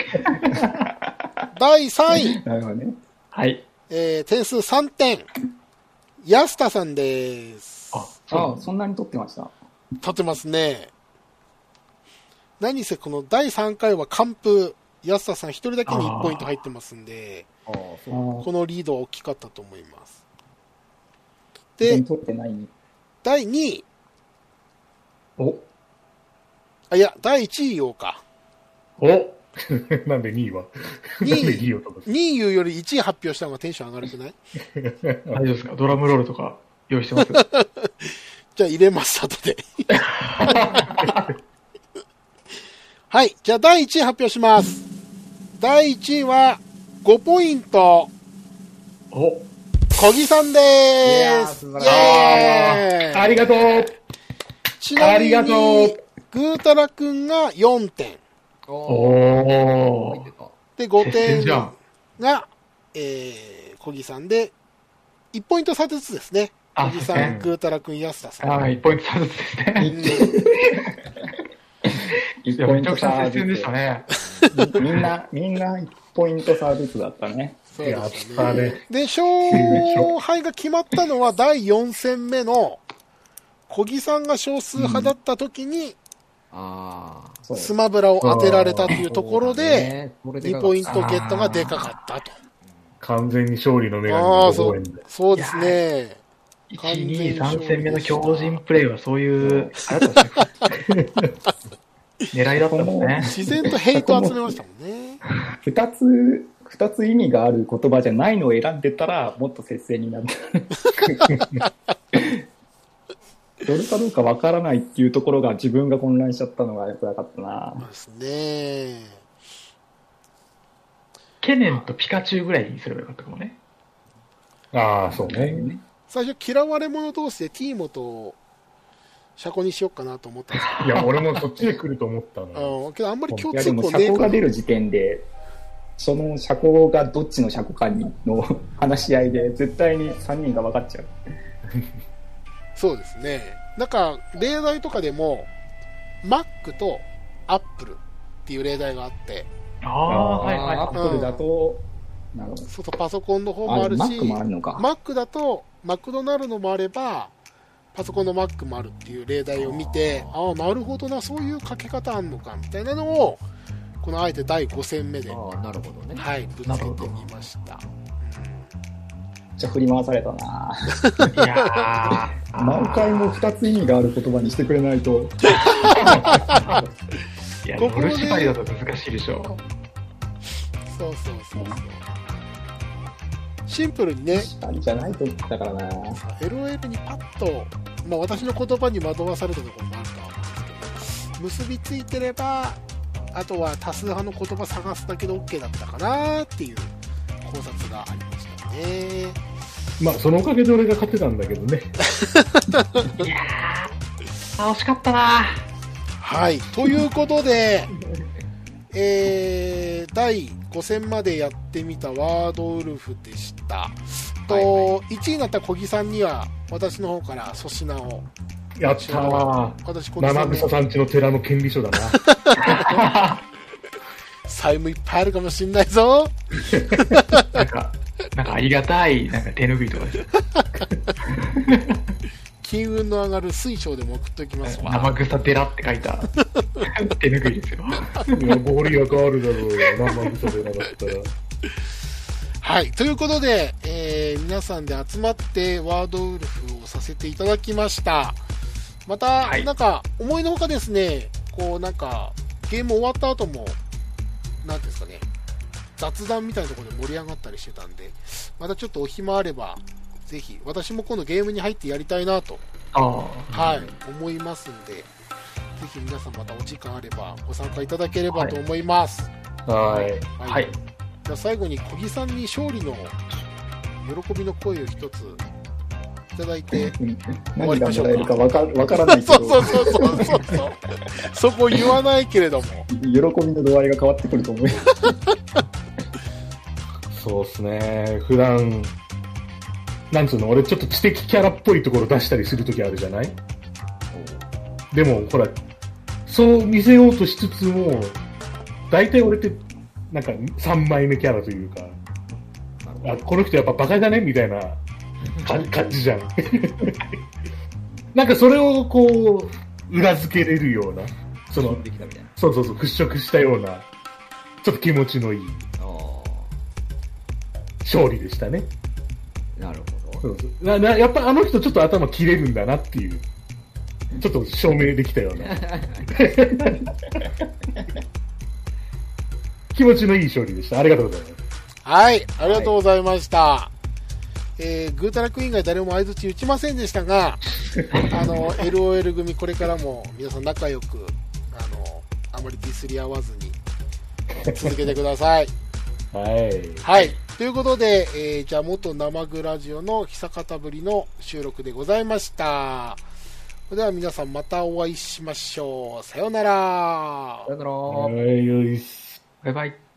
Speaker 1: だいさんい。
Speaker 4: なるほどね。
Speaker 3: はい。
Speaker 1: えー、点数さんてん。安田さんです。
Speaker 4: あ、あそんなに取ってました。
Speaker 1: 取ってますね。何せこのだいさんかいは完封。安田さん一人だけにいちポイント入ってますんで、
Speaker 5: あそう
Speaker 1: このリードは大きかったと思います。で、だいにい。
Speaker 3: お
Speaker 1: あ、いや、だいいちい言おうか。
Speaker 3: お
Speaker 2: なんでにいは
Speaker 1: にい、
Speaker 2: なんでにいを飛ばす
Speaker 1: にい言うよりいちい発表した方がテンション上がるくない？
Speaker 3: 大丈夫ですか？ドラムロールとか用意してます
Speaker 1: じゃあ入れます、後で。はい。じゃあだいいちい発表します。だいいちいはごポイント。
Speaker 3: お
Speaker 1: 小木さんでーす。イエーイ
Speaker 2: ありがとう。
Speaker 1: ちなみに
Speaker 2: ありがとう。
Speaker 1: ぐーたらくんがよんてん。
Speaker 3: おー。
Speaker 1: で、ごてん
Speaker 3: じゃん
Speaker 1: が、えー、小木さんで、いちポイント差ずつですね。
Speaker 3: あ
Speaker 1: 小木さん、ぐーたらくん、安田さん。
Speaker 3: あー、いちポイント差ずつですね。いや、めちゃくちゃ接戦でしたね。
Speaker 4: みんな、みんないちポイント差ずつだったね。
Speaker 1: そうです
Speaker 2: やった
Speaker 1: ね。
Speaker 2: ね
Speaker 1: で、勝敗が決まったのはだいよん戦目の小木さんが少数派だった時に、
Speaker 5: あ
Speaker 4: そう
Speaker 1: スマブラを当てられたというところで、
Speaker 5: ねこれで
Speaker 1: に
Speaker 5: かかった
Speaker 1: ポイントゲットがでかかったと。
Speaker 2: 完全に勝利の女神
Speaker 1: あ
Speaker 2: の
Speaker 1: あ、そう
Speaker 2: 応援で。、
Speaker 1: そうですね。
Speaker 3: いち、に、さん戦目の強靭プレイはそういう、あれだったんですね。狙いだったんですね。
Speaker 1: 自然とヘイト集めましたもんね。
Speaker 4: 二つ、二つ意味がある言葉じゃないのを選んでたら、もっと接戦になる。どれかどうかわからないっていうところが自分が混乱しちゃったのが辛かったな。
Speaker 1: そうですね。
Speaker 3: ケネンとピカチュウぐらいにすればよかったかもね。
Speaker 2: ああ、そうね。
Speaker 1: 最初嫌われ者同士でティーモとシャコにしようかなと思ったんです
Speaker 2: いや、俺もそっちで来ると思ったの
Speaker 1: けど、
Speaker 2: よ。
Speaker 1: うん、けどあんまり共
Speaker 4: いやでも、
Speaker 1: 通項ねえか
Speaker 4: 車高が出
Speaker 1: ら。
Speaker 4: る時点で、その車高がどっちの車高かにの話し合いで、絶対にさんにんが分かっちゃう。
Speaker 1: そうですね。なんか、例題とかでも、Mac と Apple っていう例題があって、
Speaker 3: ああ、はいはい。
Speaker 4: アップルだと、なるほど。
Speaker 1: そうそう、パソコンの方もあるし、
Speaker 4: あ、Mac もあるのか。
Speaker 1: Mac だと、マクドナルドもあれば、パソコンの Mac もあるっていう例題を見て、ああ、なるほどな、そういう書き方あんのか、みたいなのを、このあえてだいご戦目で、
Speaker 5: ああ、なるほどね。
Speaker 1: はい、ぶつけてみました。
Speaker 4: めっちゃ振り回されたな。
Speaker 3: いやー。
Speaker 4: 何回も二つ意味がある言葉にしてくれないと。
Speaker 3: いや、
Speaker 1: ここで
Speaker 3: ドル縛りだと難しいでしょ。
Speaker 1: そうそうそうそう。シンプルにね、
Speaker 4: あれじゃないと言ったからな。
Speaker 1: エルオーエル にパッと、まあ私の言葉に惑わされたところもあるとは思うんですけど、結びついてれば、あとは多数派の言葉探すだけで OK だったかなっていう考察がありましたね。
Speaker 2: まあ、そのおかげで俺が勝ってたんだけどね。
Speaker 3: いやー、あ、惜しかったな。
Speaker 1: はい。ということで、えー、だいご戦までやってみたワードウルフでした。と、はいはい、いちいになった小木さんには、私の方から粗品を。
Speaker 2: やったー。
Speaker 1: 私、小木さん
Speaker 2: 七草さんちの寺の権利書だな。
Speaker 1: 債務いっぱいあるかもしんないぞ。
Speaker 3: なんか、なんかありがたい、なんか手拭いとかです。
Speaker 1: 金運の上がる水晶でも送っておきますわ。
Speaker 3: 生草寺って書いた手拭いですよ。
Speaker 2: いや、ご利益あるだろうよ。生草でなかったら。
Speaker 1: はい。ということで、えー、皆さんで集まってワードウルフをさせていただきました。また、
Speaker 3: はい
Speaker 1: なんか、思いのほかですね、こう、なんか、ゲーム終わった後も、なんていうんですかね、雑談みたいなところで盛り上がったりしてたんで、またちょっとお暇あれば、ぜひ、私も今度ゲームに入ってやりたいなと、
Speaker 3: ああ。
Speaker 1: はい、思いますんで、ぜひ皆さんまたお時間あればご参加いただければと思います。
Speaker 2: はい。
Speaker 1: はい。
Speaker 3: はい。
Speaker 1: じゃあ最後に小木さんに勝利の喜びの声を一ついただいて、
Speaker 4: 何がもらえるかわかわからないけど、
Speaker 1: そうそうそうそうそうそう。そこ言わないけれども。
Speaker 4: 喜びの度合いが変わってくると思います。
Speaker 2: そうですね。普段、なんつうの、俺ちょっと知的キャラっぽいところ出したりするときあるじゃない？でも、ほら、そう見せようとしつつも、大体俺って、なんかさんまいめキャラというか、あ、この人やっぱバカだねみたいな感感じじゃん。なんかそれをこう、裏付けれるような、その、
Speaker 5: できたみたいな。
Speaker 2: そうそうそう、払拭したような、ちょっと気持ちのいい
Speaker 5: あ
Speaker 2: 勝利でしたね。
Speaker 5: あ、なるほど。
Speaker 2: そうそうななやっぱあの人ちょっと頭切れるんだなっていう、ちょっと証明できたような。気持ちのいい勝利でした。ありがとうございます。
Speaker 1: はい、ありがとうございました。えー、グータラクイーンが誰も相槌打ちませんでしたが、あの、エルオーエル 組これからも皆さん仲良く、あの、あまりディスり合わずに続けてください。
Speaker 2: はい。
Speaker 1: はい。ということで、えー、じゃあ元生グラジオの久方ぶりの収録でございました。それでは皆さんまたお会いしましょう。さようなら。
Speaker 5: さよなら。
Speaker 2: はい、よいしょ。
Speaker 3: バイバイ。